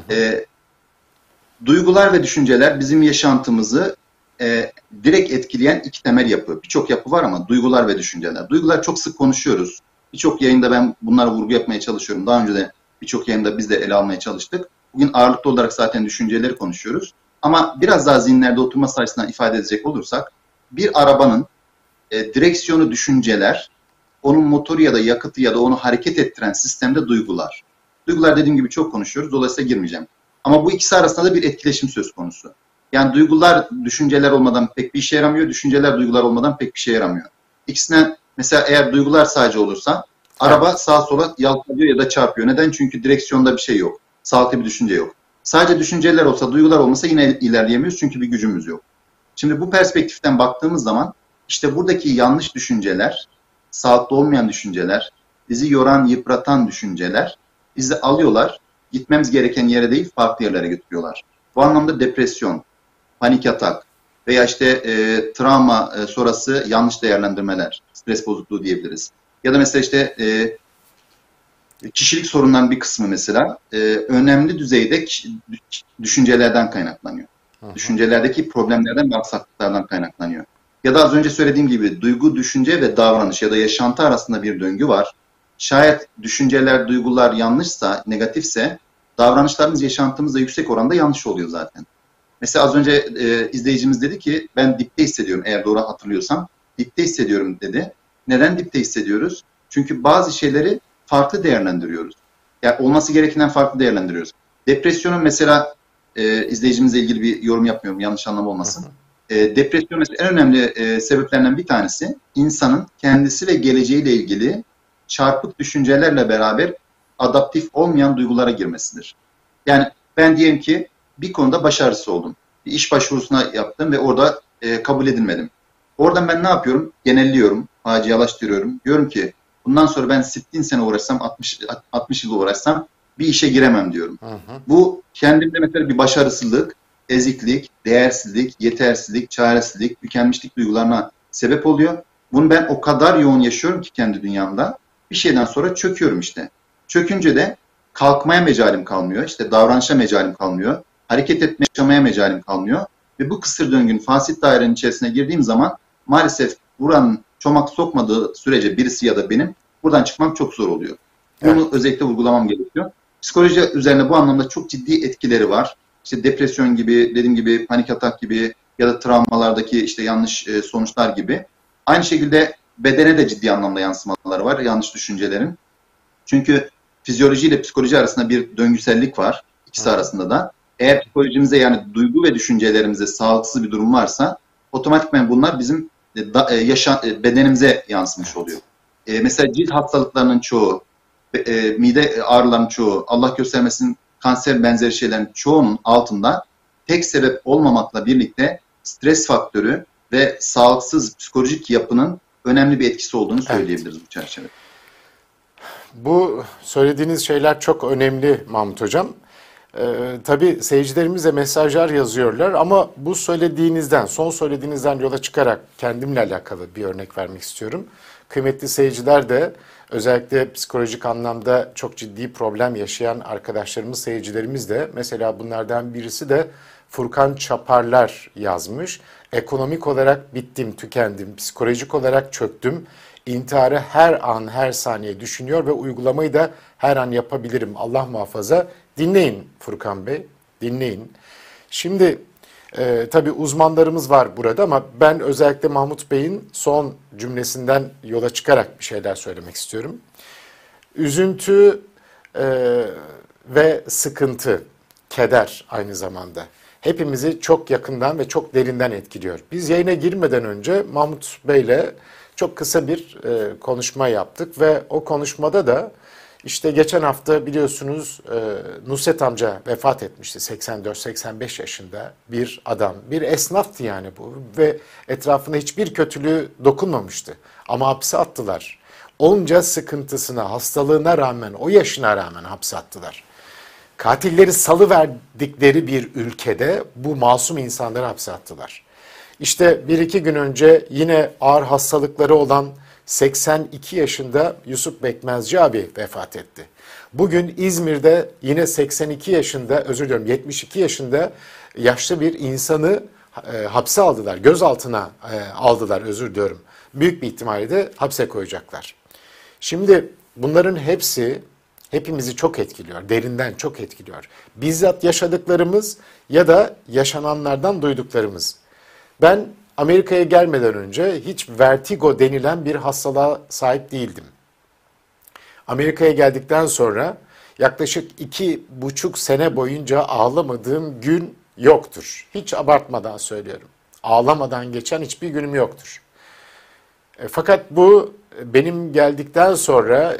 Speaker 2: Duygular ve düşünceler bizim yaşantımızı direkt etkileyen iki temel yapı. Birçok yapı var ama duygular ve düşünceler. Duygular çok sık konuşuyoruz. Birçok yayında ben bunlara vurgu yapmaya çalışıyorum. Daha önce de birçok yayında biz de ele almaya çalıştık. Bugün ağırlıklı olarak zaten düşünceleri konuşuyoruz. Ama biraz daha zihinlerde oturması açısından ifade edecek olursak, bir arabanın direksiyonu düşünceler, onun motoru ya da yakıtı ya da onu hareket ettiren sistemde duygular. Duygular dediğim gibi çok konuşuyoruz. Dolayısıyla girmeyeceğim. Ama bu ikisi arasında da bir etkileşim söz konusu. Yani duygular düşünceler olmadan pek bir işe yaramıyor. Düşünceler duygular olmadan pek bir işe yaramıyor. İkisine mesela eğer duygular sadece olursa araba sağa sola yalpalıyor ya da çarpıyor. Neden? Çünkü direksiyonda bir şey yok. Sağlıklı bir düşünce yok. Sadece düşünceler olsa, duygular olmasa yine ilerleyemiyoruz çünkü bir gücümüz yok. Şimdi bu perspektiften baktığımız zaman işte buradaki yanlış düşünceler, sağlıklı olmayan düşünceler, bizi yoran, yıpratan düşünceler bizi alıyorlar, gitmemiz gereken yere değil farklı yerlere götürüyorlar. Bu anlamda depresyon, panik atak veya işte travma sonrası yanlış değerlendirmeler, stres bozukluğu diyebiliriz. Ya da mesela işte kişilik sorunlarının bir kısmı mesela önemli düzeyde düşüncelerden kaynaklanıyor. Düşüncelerdeki problemlerden ve aksaklıklardan kaynaklanıyor. Ya da az önce söylediğim gibi duygu, düşünce ve davranış ya da yaşantı arasında bir döngü var. Şayet düşünceler, duygular yanlışsa, negatifse davranışlarımız, yaşantımız da yüksek oranda yanlış oluyor zaten. Mesela az önce izleyicimiz dedi ki ben dipte hissediyorum, eğer doğru hatırlıyorsam. Dipte hissediyorum dedi. Neden dipte hissediyoruz? Çünkü bazı şeyleri farklı değerlendiriyoruz. Yani olması gerekenden farklı değerlendiriyoruz. Depresyonun mesela izleyicimizle ilgili bir yorum yapmıyorum, yanlış anlam olmasın. Depresyon mesela en önemli sebeplerinden bir tanesi insanın kendisi ve geleceğiyle ilgili çarpık düşüncelerle beraber adaptif olmayan duygulara girmesidir. Yani ben diyelim ki bir konuda başarısız oldum. Bir iş başvurusuna yaptım ve orada kabul edilmedim. Oradan ben ne yapıyorum? Genelliyorum, facialaştırıyorum. Diyorum ki bundan sonra ben 60 sene uğraşsam, 60 yıl uğraşsam bir işe giremem diyorum. Bu kendimde mesela bir başarısızlık, eziklik, değersizlik, yetersizlik, çaresizlik, tükenmişlik duygularına sebep oluyor. Bunu ben o kadar yoğun yaşıyorum ki kendi dünyamda. Bir şeyden sonra çöküyorum işte. Çökünce de kalkmaya mecalim kalmıyor. İşte davranışa mecalim kalmıyor. Hareket etmeye, yaşamaya mecalim kalmıyor. Ve bu kısır döngünün, fasit dairenin içerisine girdiğim zaman maalesef buranın çomak sokmadığı sürece birisi ya da benim buradan çıkmam çok zor oluyor. Bunu evet, özellikle vurgulamam gerekiyor. Psikoloji üzerine bu anlamda çok ciddi etkileri var. İşte depresyon gibi, dediğim gibi panik atak gibi ya da travmalardaki işte yanlış sonuçlar gibi. Aynı şekilde bedene de ciddi anlamda yansımaları var yanlış düşüncelerin. Çünkü fizyoloji ile psikoloji arasında bir döngüsellik var. İkisi arasında da. Eğer psikolojimize yani duygu ve düşüncelerimize sağlıksız bir durum varsa otomatikman bunlar bizim bedenimize yansımış oluyor. Mesela cilt hastalıklarının çoğu, mide ağrılarının çoğu, Allah göstermesin kanser benzeri şeylerin çoğunun altında tek sebep olmamakla birlikte stres faktörü ve sağlıksız psikolojik yapının önemli bir etkisi olduğunu söyleyebiliriz bu çerçevede.
Speaker 1: Bu söylediğiniz şeyler çok önemli Mahmut Hocam. Tabii seyircilerimiz de mesajlar yazıyorlar ama bu söylediğinizden, son söylediğinizden yola çıkarak kendimle alakalı bir örnek vermek istiyorum. Kıymetli seyirciler de özellikle psikolojik anlamda çok ciddi problem yaşayan arkadaşlarımız, seyircilerimiz de mesela bunlardan birisi de Furkan Çaparlar yazmış. Ekonomik olarak bittim, tükendim, psikolojik olarak çöktüm. İntiharı her an, her saniye düşünüyor ve uygulamayı da her an yapabilirim. Allah muhafaza. Dinleyin Furkan Bey, dinleyin. Şimdi tabii uzmanlarımız var burada ama ben özellikle Mahmut Bey'in son cümlesinden yola çıkarak bir şeyler söylemek istiyorum. Üzüntü ve sıkıntı, keder aynı zamanda. hepimizi çok yakından ve çok derinden etkiliyor. Biz yayına girmeden önce Mahmut Bey'le çok kısa bir konuşma yaptık ve o konuşmada da işte geçen hafta biliyorsunuz Nusret amca vefat etmişti. 84-85 yaşında bir adam, bir esnaftı yani bu ve etrafına hiçbir kötülüğü dokunmamıştı. Ama hapse attılar. Onca sıkıntısına, hastalığına rağmen, o yaşına rağmen hapse attılar. Katilleri salıverdikleri bir ülkede bu masum insanları hapse attılar. İşte bir iki gün önce yine ağır hastalıkları olan 82 yaşında Yusuf Bekmezci abi vefat etti. Bugün İzmir'de yine 82 yaşında, özür diliyorum 72 yaşında yaşlı bir insanı hapse aldılar, gözaltına aldılar, özür diliyorum. Büyük bir ihtimalle de hapse koyacaklar. Şimdi bunların hepsi hepimizi çok etkiliyor, derinden çok etkiliyor. Bizzat yaşadıklarımız ya da yaşananlardan duyduklarımız. Ben Amerika'ya gelmeden önce hiç vertigo denilen bir hastalığa sahip değildim. Amerika'ya geldikten sonra yaklaşık 2,5 sene boyunca ağlamadığım gün yoktur. Hiç abartmadan söylüyorum. Ağlamadan geçen hiçbir günüm yoktur. Fakat bu benim geldikten sonra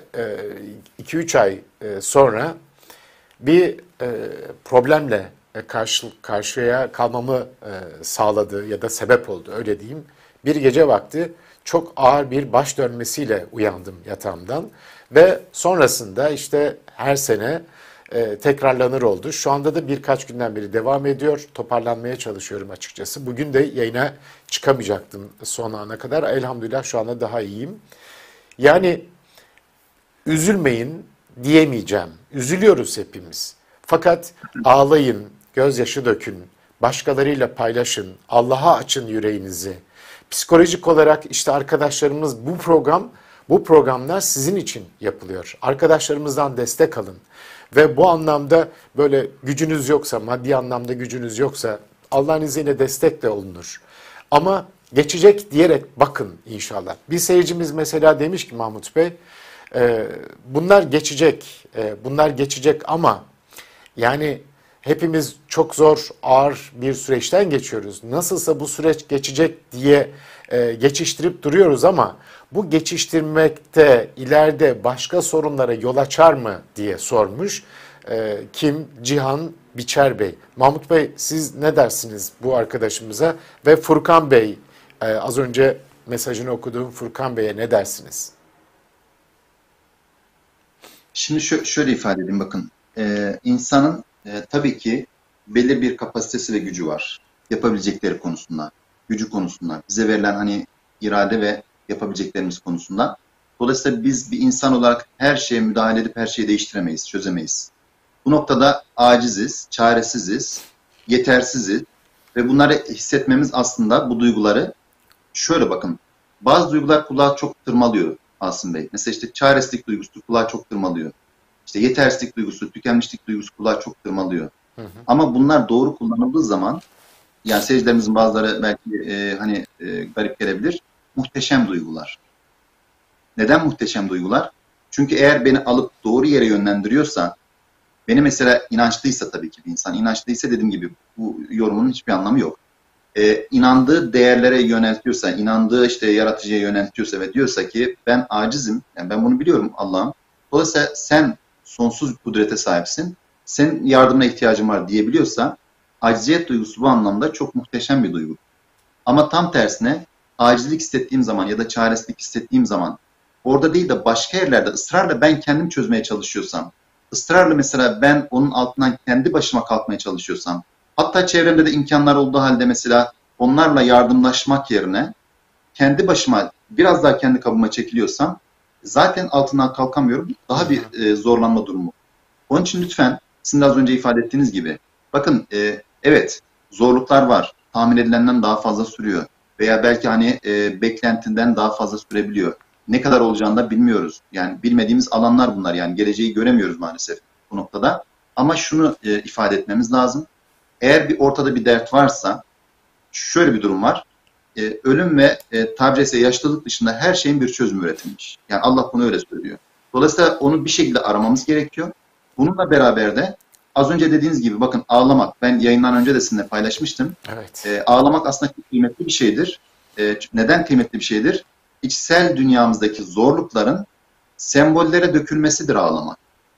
Speaker 1: 2-3 ay sonra bir problemle karşıya kalmamı sağladı ya da sebep oldu öyle diyeyim. Bir gece vakti çok ağır bir baş dönmesiyle uyandım yatağımdan ve sonrasında işte her sene tekrarlanır oldu. Şu anda da birkaç günden beri devam ediyor. Toparlanmaya çalışıyorum açıkçası. Bugün de yayına çıkamayacaktım son ana kadar. Elhamdülillah şu anda daha iyiyim. Yani üzülmeyin diyemeyeceğim. Üzülüyoruz hepimiz. Fakat ağlayın, gözyaşı dökün, başkalarıyla paylaşın, Allah'a açın yüreğinizi. Psikolojik olarak işte arkadaşlarımız bu programlar sizin için yapılıyor. Arkadaşlarımızdan destek alın. Ve bu anlamda böyle gücünüz yoksa, maddi anlamda gücünüz yoksa Allah'ın izniyle destek de olunur. Ama geçecek diyerek bakın inşallah. Bir seyircimiz mesela demiş ki Mahmut Bey, bunlar geçecek ama yani hepimiz çok zor, ağır bir süreçten geçiyoruz. Nasılsa bu süreç geçecek diye geçiştirip duruyoruz ama bu geçiştirmekte ileride başka sorunlara yol açar mı diye sormuş. Kim? Cihan Biçer Bey. Mahmut Bey siz ne dersiniz bu arkadaşımıza? Ve Furkan Bey, az önce mesajını okuduğum Furkan Bey'e ne dersiniz?
Speaker 2: Şimdi şöyle ifade edeyim bakın. İnsanın tabii ki belli bir kapasitesi ve gücü var. Yapabilecekleri konusunda, gücü konusunda, bize verilen hani irade ve yapabileceklerimiz konusunda. Dolayısıyla biz bir insan olarak her şeye müdahale edip her şeyi değiştiremeyiz, çözemeyiz. Bu noktada aciziz, çaresiziz, yetersiziz ve bunları hissetmemiz aslında bu duyguları şöyle bakın. Bazı duygular kulağa çok tırmalıyor Asım Bey. Mesela işte çaresizlik duygusu kulağa çok tırmalıyor. İşte yetersizlik duygusu, tükenmişlik duygusu kulağa çok tırmalıyor. Ama bunlar doğru kullanıldığı zaman, yani seyircilerimizin bazıları belki garip gelebilir, muhteşem duygular. Neden muhteşem duygular? Çünkü eğer beni alıp doğru yere yönlendiriyorsa, beni mesela inançlıysa tabii ki bir insan, inançlıysa dediğim gibi bu yorumun hiçbir anlamı yok. İnandığı değerlere yöneltiyorsa, inandığı işte yaratıcıya yöneltiyorsa ve diyorsa ki ben acizim, yani ben bunu biliyorum Allah'ım. Dolayısıyla sen sonsuz kudrete sahipsin, senin yardımına ihtiyacın var diyebiliyorsa, aciziyet duygusu bu anlamda çok muhteşem bir duygu. Ama tam tersine acizlik hissettiğim zaman ya da çaresizlik hissettiğim zaman orada değil de başka yerlerde ısrarla ben kendim çözmeye çalışıyorsam, ısrarla mesela ben onun altından kendi başıma kalkmaya çalışıyorsam, hatta çevremde de imkanlar olduğu halde mesela onlarla yardımlaşmak yerine kendi başıma biraz daha kendi kabıma çekiliyorsam zaten altından kalkamıyorum. Daha bir zorlanma durumu. Onun için lütfen sizin de az önce ifade ettiğiniz gibi bakın evet zorluklar var. Tahmin edilenden daha fazla sürüyor. Veya belki hani beklentinden daha fazla sürebiliyor. Ne kadar olacağını da bilmiyoruz. Yani bilmediğimiz alanlar bunlar. Yani geleceği göremiyoruz maalesef bu noktada. Ama şunu ifade etmemiz lazım. Eğer bir ortada bir dert varsa şöyle bir durum var. Ölüm ve tabiri caizse yaşlılık dışında her şeyin bir çözümü üretilmiş. Yani Allah bunu öyle söylüyor. Dolayısıyla onu bir şekilde aramamız gerekiyor. Bununla beraber de Az önce dediğiniz gibi bakın ağlamak, ben yayından önce de sizinle paylaşmıştım.
Speaker 1: Evet.
Speaker 2: Ağlamak aslında çok kıymetli bir şeydir. Neden kıymetli bir şeydir? İçsel dünyamızdaki zorlukların sembollere dökülmesidir ağlamak.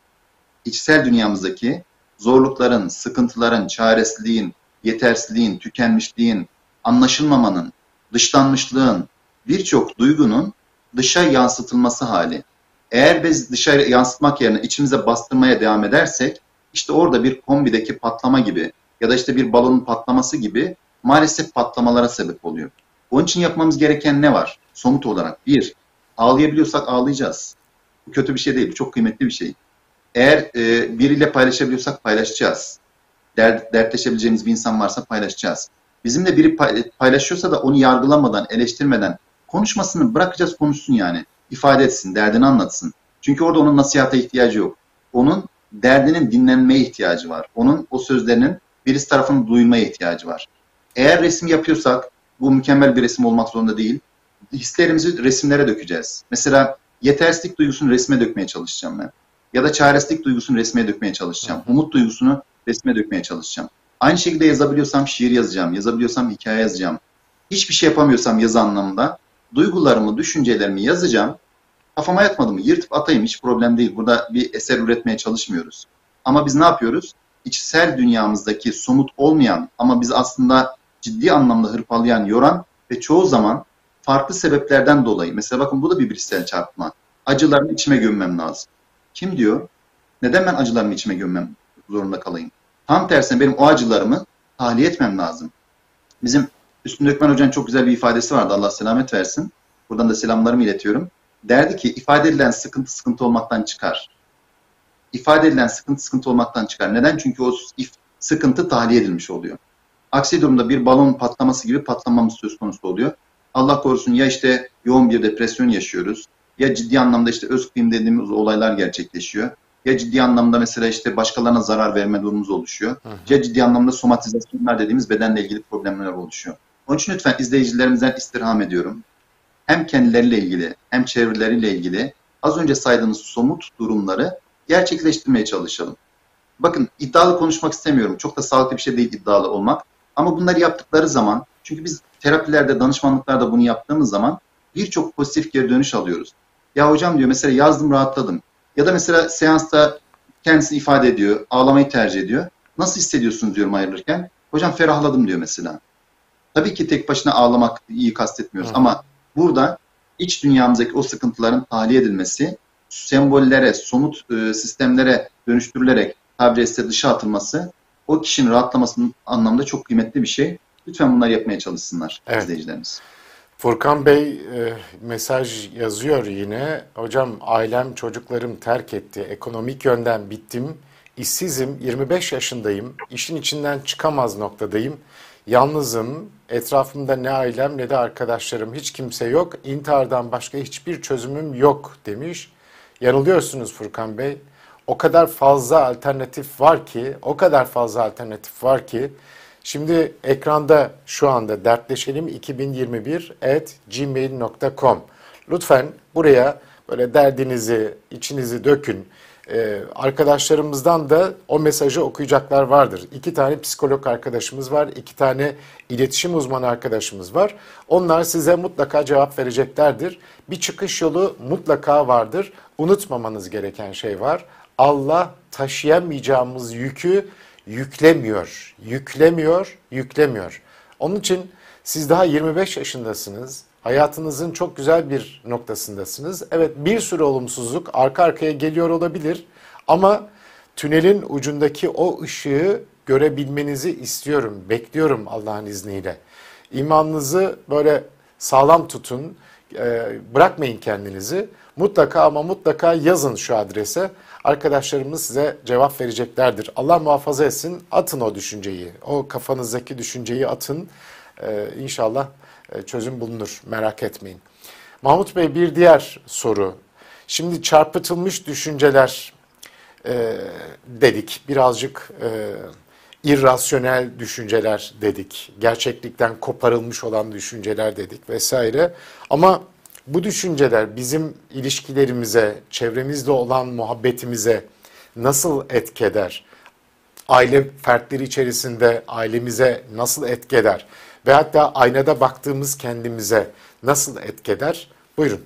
Speaker 2: İçsel dünyamızdaki zorlukların, sıkıntıların, çaresizliğin, yetersizliğin, tükenmişliğin, anlaşılmamanın, dışlanmışlığın, birçok duygunun dışa yansıtılması hali. Eğer biz dışarı yansıtmak yerine içimize bastırmaya devam edersek, işte orada bir kombideki patlama gibi ya da işte bir balonun patlaması gibi maalesef patlamalara sebep oluyor. Onun için yapmamız gereken ne var? Somut olarak. Bir, ağlayabiliyorsak ağlayacağız. Bu kötü bir şey değil, bu çok kıymetli bir şey. Eğer biriyle paylaşabiliyorsak paylaşacağız. Dertleşebileceğimiz bir insan varsa paylaşacağız. Bizimle biri paylaşıyorsa da onu yargılamadan, eleştirmeden konuşmasını bırakacağız, konuşsun yani. İfade etsin, derdini anlatsın. Çünkü orada onun nasihata ihtiyacı yok. Onun derdinin dinlenmeye ihtiyacı var. Onun o sözlerinin birisi tarafından duyulmaya ihtiyacı var. Eğer resim yapıyorsak, bu mükemmel bir resim olmak zorunda değil, hislerimizi resimlere dökeceğiz. Mesela yetersizlik duygusunu resme dökmeye çalışacağım ben. Ya da çaresizlik duygusunu resme dökmeye çalışacağım. Umut duygusunu resme dökmeye çalışacağım. Aynı şekilde yazabiliyorsam şiir yazacağım. Yazabiliyorsam hikaye yazacağım. Hiçbir şey yapamıyorsam yazı anlamında duygularımı, düşüncelerimi yazacağım. Kafama yatmadı mı yırtıp atayım, hiç problem değil. Burada bir eser üretmeye çalışmıyoruz. Ama biz ne yapıyoruz? İçsel dünyamızdaki somut olmayan ama biz aslında ciddi anlamda hırpalayan, yoran ve çoğu zaman farklı sebeplerden dolayı. Mesela bakın bu da bir bilişsel çarpma. Acılarımı içime gömmem lazım. Kim diyor? Neden ben acılarımı içime gömmem zorunda kalayım? Tam tersine benim o acılarımı tahliye etmem lazım. Bizim Üstün Dökmen Hoca'nın çok güzel bir ifadesi vardı. Allah selamet versin. Buradan da selamlarımı iletiyorum. Derdi ki ifade edilen sıkıntı sıkıntı olmaktan çıkar. İfade edilen sıkıntı sıkıntı olmaktan çıkar. Neden? Çünkü o sıkıntı tahliye edilmiş oluyor. Aksi durumda bir balon patlaması gibi patlamamız söz konusu oluyor. Allah korusun ya işte yoğun bir depresyon yaşıyoruz, ya ciddi anlamda işte öz kıyım dediğimiz olaylar gerçekleşiyor, ya ciddi anlamda mesela işte başkalarına zarar verme durumumuz oluşuyor, ya ciddi anlamda somatizasyonlar dediğimiz bedenle ilgili problemler oluşuyor. Onun için lütfen izleyicilerimizden istirham ediyorum. Hem kendileriyle ilgili hem çevreleriyle ilgili az önce saydığınız somut durumları gerçekleştirmeye çalışalım. Bakın iddialı konuşmak istemiyorum. Çok da sağlıklı bir şey değil iddialı olmak. Ama bunları yaptıkları zaman, çünkü biz terapilerde, danışmanlıklarda bunu yaptığımız zaman birçok pozitif geri dönüş alıyoruz. Ya hocam diyor mesela yazdım rahatladım. Ya da mesela seansta kendisini ifade ediyor, ağlamayı tercih ediyor. Nasıl hissediyorsunuz diyorum ayrılırken. Hocam ferahladım diyor mesela. Tabii ki tek başına ağlamak iyi kastetmiyoruz ama burada iç dünyamızdaki o sıkıntıların tahliye edilmesi, sembollere, somut sistemlere dönüştürülerek tabiri caizse dışa atılması o kişinin rahatlamasının anlamda çok kıymetli bir şey. Lütfen bunları yapmaya çalışsınlar izleyicilerimiz.
Speaker 1: Furkan Bey mesaj yazıyor yine. Hocam ailem, çocuklarım terk etti. Ekonomik yönden bittim. İşsizim, 25 yaşındayım. İşin içinden çıkamaz noktadayım. Yalnızım. Etrafımda ne ailem ne de arkadaşlarım. Hiç kimse yok. İntihardan başka hiçbir çözümüm yok demiş. Yanılıyorsunuz Furkan Bey. O kadar fazla alternatif var ki, o kadar fazla alternatif var ki. Şimdi ekranda şu anda dertleşelim2021@gmail.com. Lütfen buraya böyle derdinizi, içinizi dökün. Arkadaşlarımızdan da o mesajı okuyacaklar vardır. 2 tane psikolog arkadaşımız var, 2 tane iletişim uzmanı arkadaşımız var. Onlar size mutlaka cevap vereceklerdir. Bir çıkış yolu mutlaka vardır. Unutmamanız gereken şey var. Allah taşıyamayacağımız yükü yüklemiyor, yüklemiyor, yüklemiyor. Onun için siz daha 25 yaşındasınız. Hayatınızın çok güzel bir noktasındasınız. Evet, bir sürü olumsuzluk arka arkaya geliyor olabilir ama tünelin ucundaki o ışığı görebilmenizi istiyorum, bekliyorum Allah'ın izniyle. İmanınızı böyle sağlam tutun, bırakmayın kendinizi. Mutlaka ama mutlaka yazın şu adrese. Arkadaşlarımız size cevap vereceklerdir. Allah muhafaza etsin, atın o düşünceyi, o kafanızdaki düşünceyi atın. İnşallah çözüm bulunur, merak etmeyin. Mahmut Bey, bir diğer soru. Şimdi çarpıtılmış düşünceler dedik, birazcık irrasyonel düşünceler dedik, gerçeklikten koparılmış olan düşünceler dedik vesaire. Ama bu düşünceler bizim ilişkilerimize, çevremizde olan muhabbetimize nasıl etki eder? aile fertleri içerisinde ailemize nasıl etki eder? Ve hatta aynada baktığımız kendimize nasıl etki eder? Buyurun.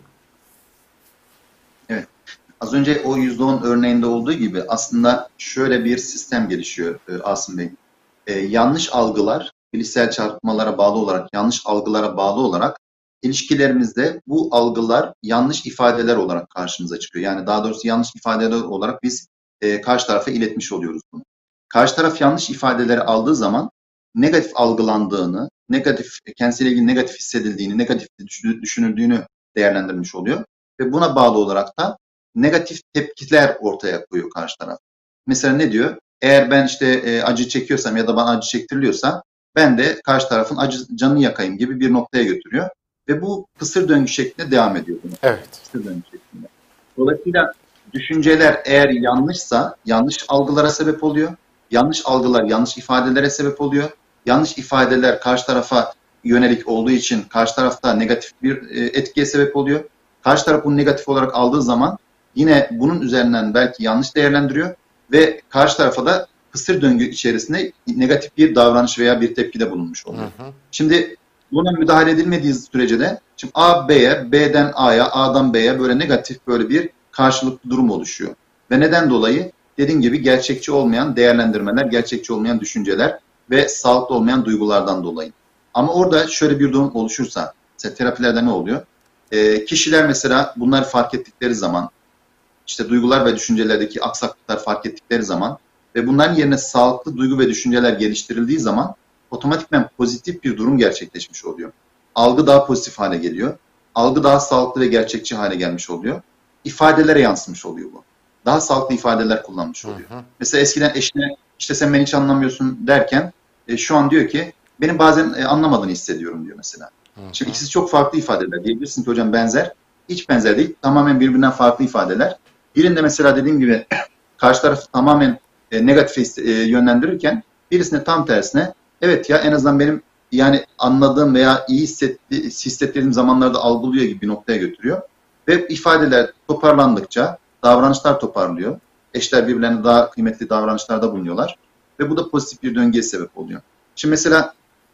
Speaker 2: Evet. Az önce o %10 örneğinde olduğu gibi aslında şöyle bir sistem gelişiyor Asım Bey. Yanlış algılar, bilişsel çarpmalara bağlı olarak, yanlış algılara bağlı olarak ilişkilerimizde bu algılar yanlış ifadeler olarak karşımıza çıkıyor. Yani daha doğrusu yanlış ifadeler olarak biz karşı tarafa iletmiş oluyoruz bunu. Karşı taraf yanlış ifadeleri aldığı zaman negatif algılandığını, kendisiyle ilgili negatif hissedildiğini, negatif düşünüldüğünü değerlendirmiş oluyor. Ve buna bağlı olarak da negatif tepkiler ortaya koyuyor karşı taraf. Mesela ne diyor? Eğer ben işte acı çekiyorsam ya da bana acı çektiriliyorsa ben de karşı tarafın canını yakayım gibi bir noktaya götürüyor. Ve bu kısır döngü şeklinde devam ediyor.
Speaker 1: Evet.
Speaker 2: Kısır döngü şeklinde. Dolayısıyla düşünceler eğer yanlışsa yanlış algılara sebep oluyor. Yanlış algılar yanlış ifadelere sebep oluyor. Yanlış ifadeler karşı tarafa yönelik olduğu için karşı tarafta negatif bir etkiye sebep oluyor. Karşı taraf bunu negatif olarak aldığı zaman yine bunun üzerinden belki yanlış değerlendiriyor ve karşı tarafa da kısır döngü içerisinde negatif bir davranış veya bir tepkide bulunmuş oluyor. Hı hı. Şimdi buna müdahale edilmediği sürece de şimdi A B'ye, B'den A'ya, A'dan B'ye böyle negatif böyle bir karşılıklı durum oluşuyor. Ve neden dolayı? Dediğim gibi gerçekçi olmayan değerlendirmeler, gerçekçi olmayan düşünceler ve sağlıklı olmayan duygulardan dolayı. Ama orada şöyle bir durum oluşursa, mesela terapilerde ne oluyor? Kişiler mesela bunları fark ettikleri zaman, işte duygular ve düşüncelerdeki aksaklıklar fark ettikleri zaman ve bunların yerine sağlıklı duygu ve düşünceler geliştirildiği zaman otomatikman pozitif bir durum gerçekleşmiş oluyor. Algı daha pozitif hale geliyor. Algı daha sağlıklı ve gerçekçi hale gelmiş oluyor. İfadelere yansımış oluyor bu. Daha sağlıklı ifadeler kullanmış oluyor. Hı hı. Mesela eskiden eşine işte sen beni hiç anlamıyorsun derken şu an diyor ki beni bazen anlamadığını hissediyorum diyor mesela. Hı hı. Şimdi ikisi çok farklı ifadeler. Diyebilirsin ki hocam benzer. Hiç benzer değil. Tamamen birbirinden farklı ifadeler. Birinde mesela dediğim gibi karşı tarafı tamamen negatif yönlendirirken birisine tam tersine evet ya en azından benim yani anladığım veya iyi hissettiğim zamanlarda algılıyor gibi bir noktaya götürüyor. Ve ifadeler toparlandıkça davranışlar toparlıyor. Eşler birbirlerine daha kıymetli davranışlarda bulunuyorlar. Ve bu da pozitif bir döngüye sebep oluyor. Şimdi mesela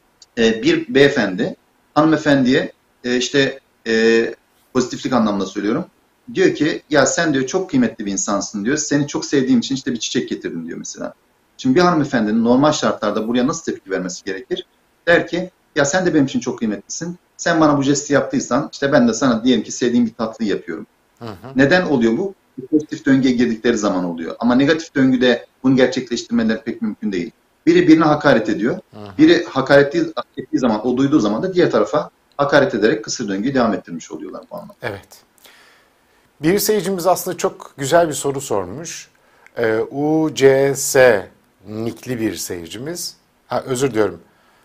Speaker 2: bir beyefendi hanımefendiye işte pozitiflik anlamında söylüyorum. Diyor ki ya sen diyor çok kıymetli bir insansın diyor. Seni çok sevdiğim için işte bir çiçek getirdim diyor mesela. Şimdi bir hanımefendinin normal şartlarda buraya nasıl tepki vermesi gerekir? Der ki ya sen de benim için çok kıymetlisin. Sen bana bu jesti yaptıysan işte ben de sana diyelim ki sevdiğim bir tatlıyı yapıyorum. Hı hı. Neden oluyor bu? Pozitif döngüye girdikleri zaman oluyor. Ama negatif döngüde bunu gerçekleştirmeleri pek mümkün değil. Biri birine hakaret ediyor. Hı hı. Biri hakaret ettiği zaman, o duyduğu zaman da diğer tarafa hakaret ederek kısır döngüyü devam ettirmiş oluyorlar bu anlamda.
Speaker 1: Evet. Bir seyircimiz aslında çok güzel bir soru sormuş. UCS nikli bir seyircimiz. Özür diliyorum.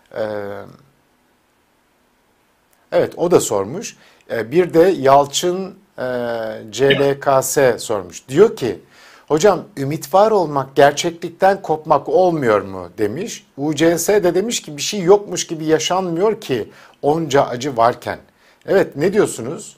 Speaker 1: Evet o da sormuş. Bir de Yalçın CLKS sormuş. Diyor ki hocam ümit var olmak gerçeklikten kopmak olmuyor mu demiş. UCS de demiş ki bir şey yokmuş gibi yaşanmıyor ki onca acı varken. Evet ne diyorsunuz?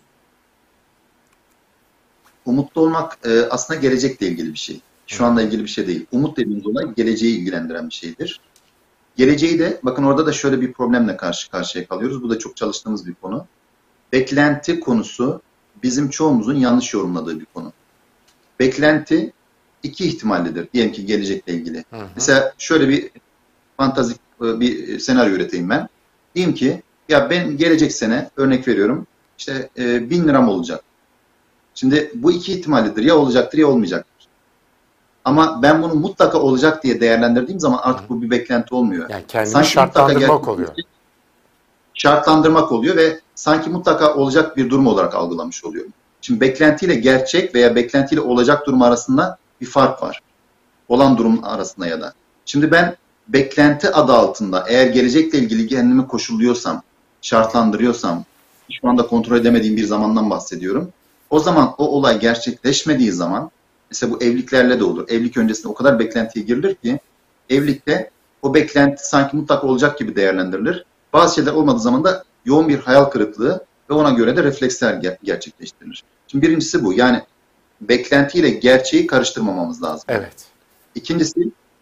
Speaker 2: Umutlu olmak aslında gelecekle ilgili bir şey. Şu anda ilgili bir şey değil. Umut dediğimiz olay geleceği ilgilendiren bir şeydir. Geleceği de bakın orada da şöyle bir problemle karşı karşıya kalıyoruz. Bu da çok çalıştığımız bir konu. Beklenti konusu bizim çoğumuzun yanlış yorumladığı bir konu. Beklenti iki ihtimallidir. Diyelim ki gelecekle ilgili. Hı hı. Mesela şöyle bir fantastik bir senaryo üreteyim ben. Diyeyim ki ya ben gelecek sene örnek veriyorum işte 1000 liram olacak. Şimdi bu iki ihtimallidir. Ya olacaktır ya olmayacaktır. Ama ben bunu mutlaka olacak diye değerlendirdiğim zaman artık bu bir beklenti olmuyor.
Speaker 1: Yani kendini şartlandırmak oluyor.
Speaker 2: Şartlandırmak oluyor ve sanki mutlaka olacak bir durum olarak algılamış oluyorum. Şimdi beklentiyle gerçek veya beklentiyle olacak durum arasında bir fark var. Olan durum arasında ya da. Şimdi ben beklenti adı altında eğer gelecekle ilgili kendimi koşulluyorsam, şartlandırıyorsam, şu anda kontrol edemediğim bir zamandan bahsediyorum. O zaman o olay gerçekleşmediği zaman mesela bu evliliklerle de olur. Evlilik öncesinde o kadar beklentiye girilir ki evlilikte o beklenti sanki mutlaka olacak gibi değerlendirilir. Bazı şeyler olmadığı zaman da yoğun bir hayal kırıklığı ve ona göre de refleksler gerçekleştirilir. Şimdi birincisi bu. Yani beklentiyle gerçeği karıştırmamamız lazım.
Speaker 1: Evet.
Speaker 2: İkincisi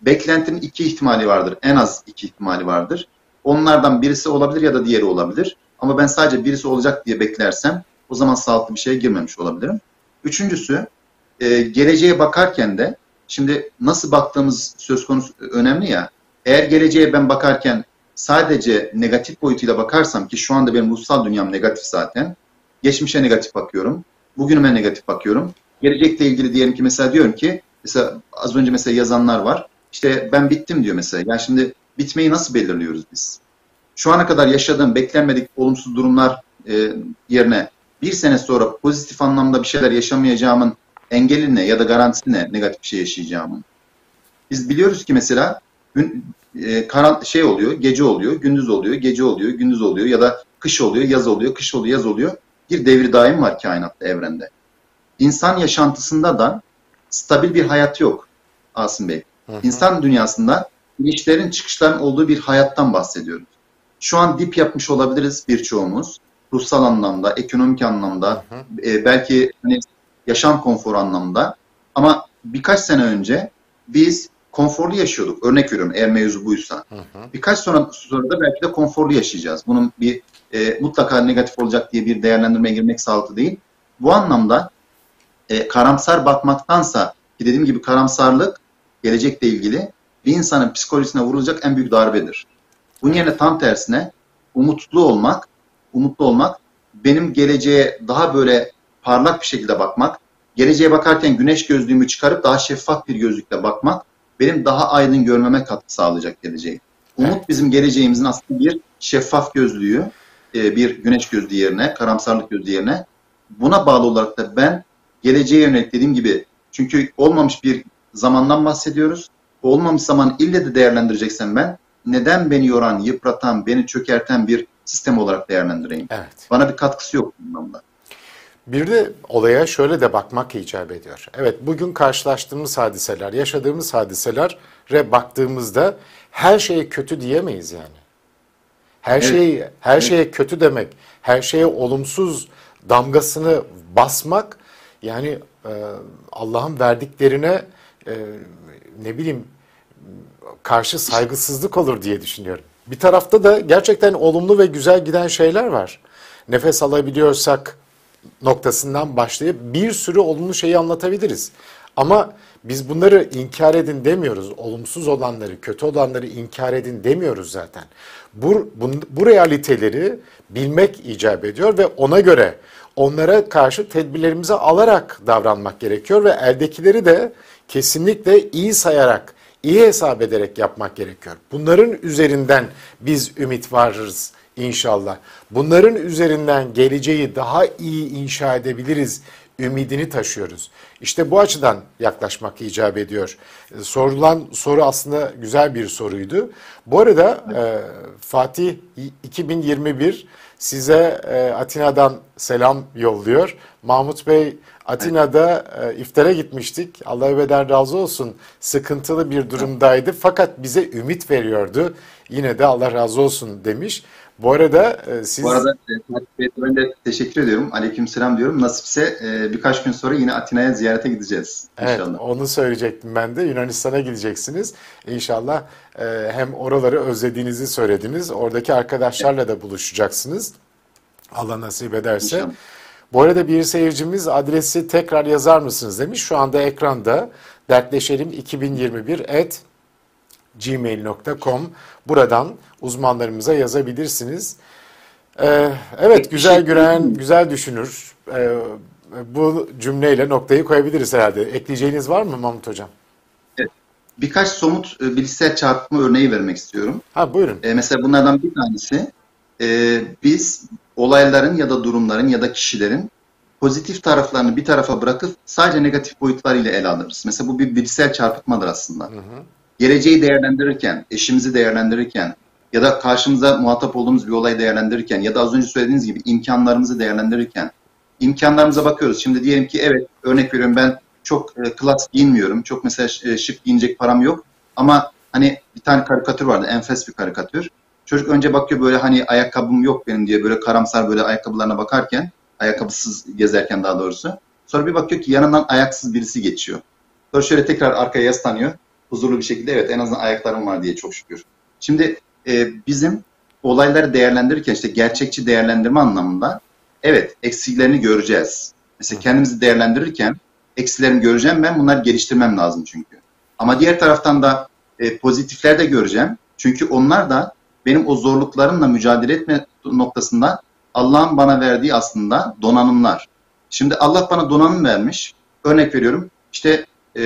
Speaker 2: beklentinin iki ihtimali vardır. En az iki ihtimali vardır. Onlardan birisi olabilir ya da diğeri olabilir. Ama ben sadece birisi olacak diye beklersem o zaman sağlıklı bir şeye girmemiş olabilirim. Üçüncüsü, geleceğe bakarken de şimdi nasıl baktığımız söz konusu önemli ya. Eğer geleceğe ben bakarken sadece negatif boyutuyla bakarsam, ki şu anda benim ruhsal dünyam negatif zaten. Geçmişe negatif bakıyorum. Bugünüme negatif bakıyorum. Gelecekle ilgili diyelim ki mesela diyorum ki, mesela az önce mesela yazanlar var. İşte ben bittim diyor mesela. Yani şimdi bitmeyi nasıl belirliyoruz biz? Şu ana kadar yaşadığım beklenmedik olumsuz durumlar yerine bir sene sonra pozitif anlamda bir şeyler yaşamayacağımın engeli ne ya da garantisi ne negatif bir şey yaşayacağımın? Biz biliyoruz ki mesela şey oluyor, gece oluyor, gündüz oluyor, gece oluyor, gündüz oluyor ya da kış oluyor, yaz oluyor, kış oluyor, yaz oluyor. Bir devir daim var kainatta, evrende. İnsan yaşantısında da stabil bir hayat yok Asım Bey. İnsan dünyasında inişlerin çıkışların olduğu bir hayattan bahsediyoruz. Şu an dip yapmış olabiliriz birçoğumuz. Ruhsal anlamda, ekonomik anlamda, belki hani yaşam konforu anlamda. Ama birkaç sene önce biz konforlu yaşıyorduk. Örnek veriyorum eğer mevzu buysa. Birkaç sonra da belki de konforlu yaşayacağız. Bunun bir mutlaka negatif olacak diye bir değerlendirmeye girmek sağlıklı değil. Bu anlamda karamsar bakmaktansa, ki dediğim gibi karamsarlık gelecekle ilgili bir insanın psikolojisine vurulacak en büyük darbedir. Bunun yerine tam tersine umutlu olmak, benim geleceğe daha böyle parlak bir şekilde bakmak, geleceğe bakarken güneş gözlüğümü çıkarıp daha şeffaf bir gözlükle bakmak, benim daha aydın görmeme katkı sağlayacak geleceği. Umut bizim geleceğimizin aslında bir şeffaf gözlüğü, bir güneş gözlüğü yerine, karamsarlık gözlüğü yerine. Buna bağlı olarak da ben geleceğe yönelik dediğim gibi, çünkü olmamış bir zamandan bahsediyoruz. Olmamış zaman ille de değerlendireceksem ben, neden beni yoran, yıpratan, beni çökerten bir sistem olarak değerlendireyim?
Speaker 1: Evet.
Speaker 2: Bana bir katkısı yok bu anlamda.
Speaker 1: Bir de olaya şöyle de bakmak icap ediyor. Evet, bugün karşılaştığımız hadiseler, yaşadığımız hadiselere baktığımızda her şeye kötü diyemeyiz yani. Her şeye kötü demek, her şeye olumsuz damgasını basmak, yani Allah'ın verdiklerine ne bileyim karşı saygısızlık olur diye düşünüyorum. Bir tarafta da gerçekten olumlu ve güzel giden şeyler var. Nefes alabiliyorsak noktasından başlayıp bir sürü olumlu şeyi anlatabiliriz. Ama biz bunları inkar edin demiyoruz. Olumsuz olanları, kötü olanları inkar edin demiyoruz zaten. Bu realiteleri bilmek icap ediyor ve ona göre onlara karşı tedbirlerimizi alarak davranmak gerekiyor ve eldekileri de kesinlikle iyi sayarak, iyi hesap ederek yapmak gerekiyor. Bunların üzerinden biz ümit varırız inşallah. Bunların üzerinden geleceği daha iyi inşa edebiliriz ümidini taşıyoruz. İşte bu açıdan yaklaşmak icap ediyor. Sorulan soru aslında güzel bir soruydu. Bu arada Fatih 2021 size Atina'dan selam yolluyor. Mahmut Bey, Atina'da iftara gitmiştik. Allah ebeden razı olsun. Sıkıntılı bir durumdaydı fakat bize ümit veriyordu. Yine de Allah razı olsun demiş. Bu arada siz...
Speaker 2: Bu arada ben de teşekkür ediyorum. Aleykümselam diyorum. Nasipse birkaç gün sonra yine Atina'ya ziyarete gideceğiz inşallah.
Speaker 1: Evet, onu söyleyecektim ben de. Yunanistan'a gideceksiniz. İnşallah hem oraları özlediğinizi söylediniz. Oradaki arkadaşlarla da buluşacaksınız. Allah nasip ederse.
Speaker 2: İnşallah.
Speaker 1: Bu arada bir seyircimiz adresi tekrar yazar mısınız demiş. Şu anda ekranda dertleşelim2021@gmail.com. Buradan uzmanlarımıza yazabilirsiniz. Evet, güzel gören, güzel düşünür. Bu cümleyle noktayı koyabiliriz herhalde. Ekleyeceğiniz var mı Mahmut Hocam?
Speaker 2: Evet. Birkaç somut bilişsel çarpma örneği vermek istiyorum.
Speaker 1: Ha, buyurun.
Speaker 2: Mesela bunlardan bir tanesi, biz olayların ya da durumların ya da kişilerin pozitif taraflarını bir tarafa bırakıp sadece negatif boyutlarıyla ele alırız. Mesela bu bir bilişsel çarpıtmadır aslında. Geleceği değerlendirirken, eşimizi değerlendirirken ya da karşımıza muhatap olduğumuz bir olayı değerlendirirken ya da az önce söylediğiniz gibi imkanlarımızı değerlendirirken imkanlarımıza bakıyoruz. Şimdi diyelim ki evet, örnek veriyorum, ben çok klas giyinmiyorum. Çok mesela şık giyinecek param yok. Ama hani bir tane karikatür vardı, enfes bir karikatür. Çocuk önce bakıyor böyle, hani ayakkabım yok benim diye, böyle karamsar böyle ayakkabılarına bakarken, ayakkabısız gezerken daha doğrusu. Sonra bir bakıyor ki yanından ayaksız birisi geçiyor. Sonra şöyle tekrar arkaya yaslanıyor. huzurlu bir şekilde evet en azından ayaklarım var diye çok şükür. Şimdi bizim olayları değerlendirirken işte gerçekçi değerlendirme anlamında evet eksiklerini göreceğiz. Mesela kendimizi değerlendirirken eksilerimi göreceğim ben bunları geliştirmem lazım çünkü. Ama diğer taraftan da pozitifler de göreceğim. Çünkü onlar da benim o zorluklarımla mücadele etme noktasında Allah'ın bana verdiği aslında donanımlar. Şimdi Allah bana donanım vermiş. Örnek veriyorum işte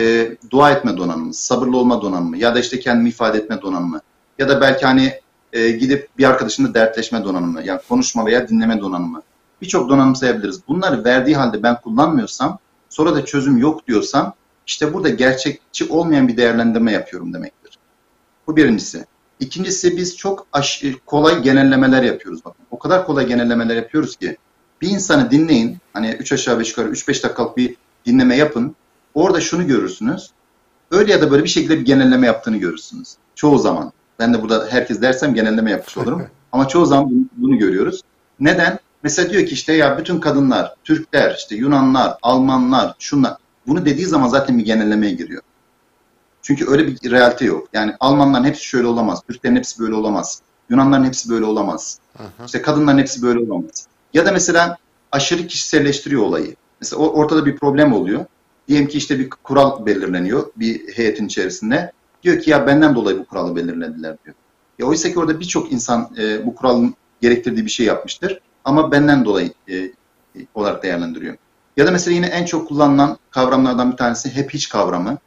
Speaker 2: dua etme donanımı, sabırlı olma donanımı ya da işte kendimi ifade etme donanımı ya da belki hani gidip bir arkadaşımla dertleşme donanımı, yani konuşma veya dinleme donanımı. Birçok donanım sayabiliriz. Bunları verdiği halde ben kullanmıyorsam, sonra da çözüm yok diyorsam, işte burada gerçekçi olmayan bir değerlendirme yapıyorum demektir. Bu birincisi. İkincisi biz çok kolay genellemeler yapıyoruz. Bakın. O kadar kolay genellemeler yapıyoruz ki bir insanı dinleyin. Hani 3 aşağı 5 yukarı 3-5 dakikalık bir dinleme yapın. Orada şunu görürsünüz. Öyle ya da böyle bir şekilde bir genelleme yaptığını görürsünüz. Çoğu zaman. Ben de burada herkes dersem genelleme yapmış olurum. Ama çoğu zaman bunu görüyoruz. Neden? Mesela diyor ki işte ya bütün kadınlar, Türkler, işte Yunanlar, Almanlar, şunlar. Bunu dediği zaman zaten bir genellemeye giriyor. Çünkü öyle bir realite yok. Yani Almanların hepsi şöyle olamaz, Türklerin hepsi böyle olamaz, Yunanların hepsi böyle olamaz. İşte kadınların hepsi böyle olamaz. Ya da mesela aşırı kişiselleştiriyor olayı. Mesela ortada bir problem oluyor. Diyelim ki işte bir kural belirleniyor bir heyetin içerisinde. Diyor ki ya benden dolayı bu kuralı belirlediler diyor. Ya oysa ki orada birçok insan bu kuralın gerektirdiği bir şey yapmıştır. Ama benden dolayı olarak değerlendiriyor. Ya da mesela yine en çok kullanılan kavramlardan bir tanesi hep hiç kavramı.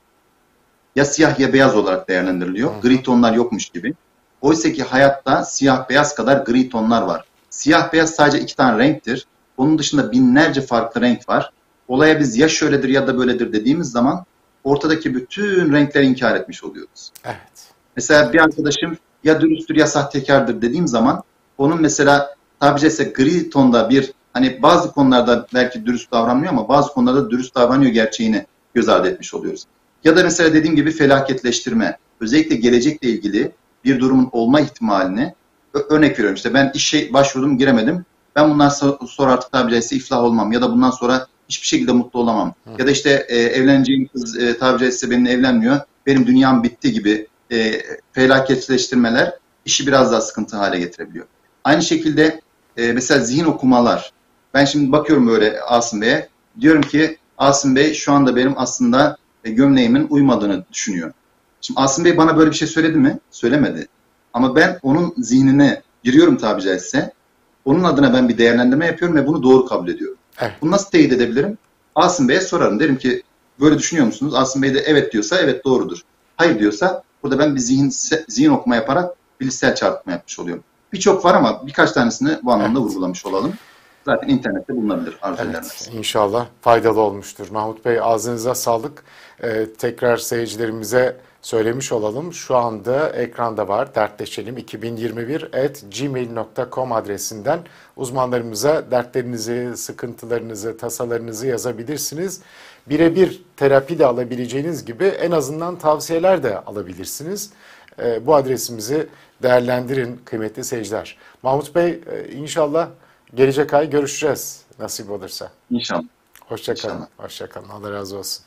Speaker 2: Ya siyah ya beyaz olarak değerlendiriliyor. Gri tonlar yokmuş gibi. Oysa ki hayatta siyah beyaz kadar gri tonlar var. Siyah beyaz sadece 2 tane renktir. Onun dışında binlerce farklı renk var. Olaya biz ya şöyledir ya da böyledir dediğimiz zaman ortadaki bütün renkleri inkar etmiş oluyoruz.
Speaker 1: Evet.
Speaker 2: Mesela bir arkadaşım ya dürüsttür ya sahtekardır dediğim zaman onun mesela tabiri caizse gri tonda bir hani bazı konularda belki dürüst davranmıyor ama bazı konularda dürüst davranıyor gerçeğini göz ardı etmiş oluyoruz. Ya da mesela dediğim gibi felaketleştirme. Özellikle gelecekle ilgili bir durumun olma ihtimalini örnek veriyorum işte ben işe başvurdum giremedim. Ben bundan sonra artık tabiri caizse iflah olmam ya da bundan sonra hiçbir şekilde mutlu olamam. Ya da işte evleneceğim kız tabiri caizse benimle evlenmiyor. Benim dünyam bitti gibi felaketleştirmeler işi biraz daha sıkıntı hale getirebiliyor. Aynı şekilde mesela zihin okumalar. Ben şimdi bakıyorum böyle Asım Bey'e. Diyorum ki Asım Bey şu anda benim aslında gömleğimin uymadığını düşünüyor. Şimdi Asım Bey bana böyle bir şey söyledi mi? Söylemedi. Ama ben onun zihnine giriyorum tabiri caizse. Onun adına ben bir değerlendirme yapıyorum ve bunu doğru kabul ediyorum.
Speaker 1: Evet.
Speaker 2: Bunu nasıl teyit edebilirim? Asım Bey'e sorarım. Derim ki böyle düşünüyor musunuz? Asım Bey de evet diyorsa evet doğrudur. Hayır diyorsa burada ben bir zihin okuma yaparak bilişsel çarpıtma yapmış oluyorum. Birçok var ama birkaç tanesini bu anlamda vurgulamış olalım. Zaten internette bulunabilir arzu ederlerse.
Speaker 1: Evet, inşallah faydalı olmuştur. Mahmut Bey ağzınıza sağlık. Tekrar seyircilerimize söylemiş olalım. Şu anda ekranda var dertleşelim 2021@gmail.com adresinden uzmanlarımıza dertlerinizi, sıkıntılarınızı, tasalarınızı yazabilirsiniz. Birebir terapi de alabileceğiniz gibi en azından tavsiyeler de alabilirsiniz. Bu adresimizi değerlendirin kıymetli seyirciler. Mahmut Bey inşallah gelecek ay görüşeceğiz nasip olursa.
Speaker 2: İnşallah.
Speaker 1: Hoşça kalın.
Speaker 2: İnşallah.
Speaker 1: Hoşça kalın. Allah razı olsun.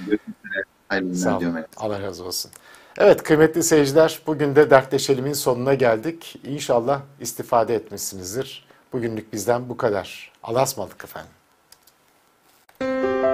Speaker 2: Hayırlı
Speaker 1: Sağ
Speaker 2: günler
Speaker 1: olun.
Speaker 2: diyorum.
Speaker 1: Allah razı olsun. Evet kıymetli seyirciler bugün de Dertleşelim'in sonuna geldik. İnşallah istifade etmişsinizdir. Bugünlük bizden bu kadar. Allah'a ısmarladık efendim.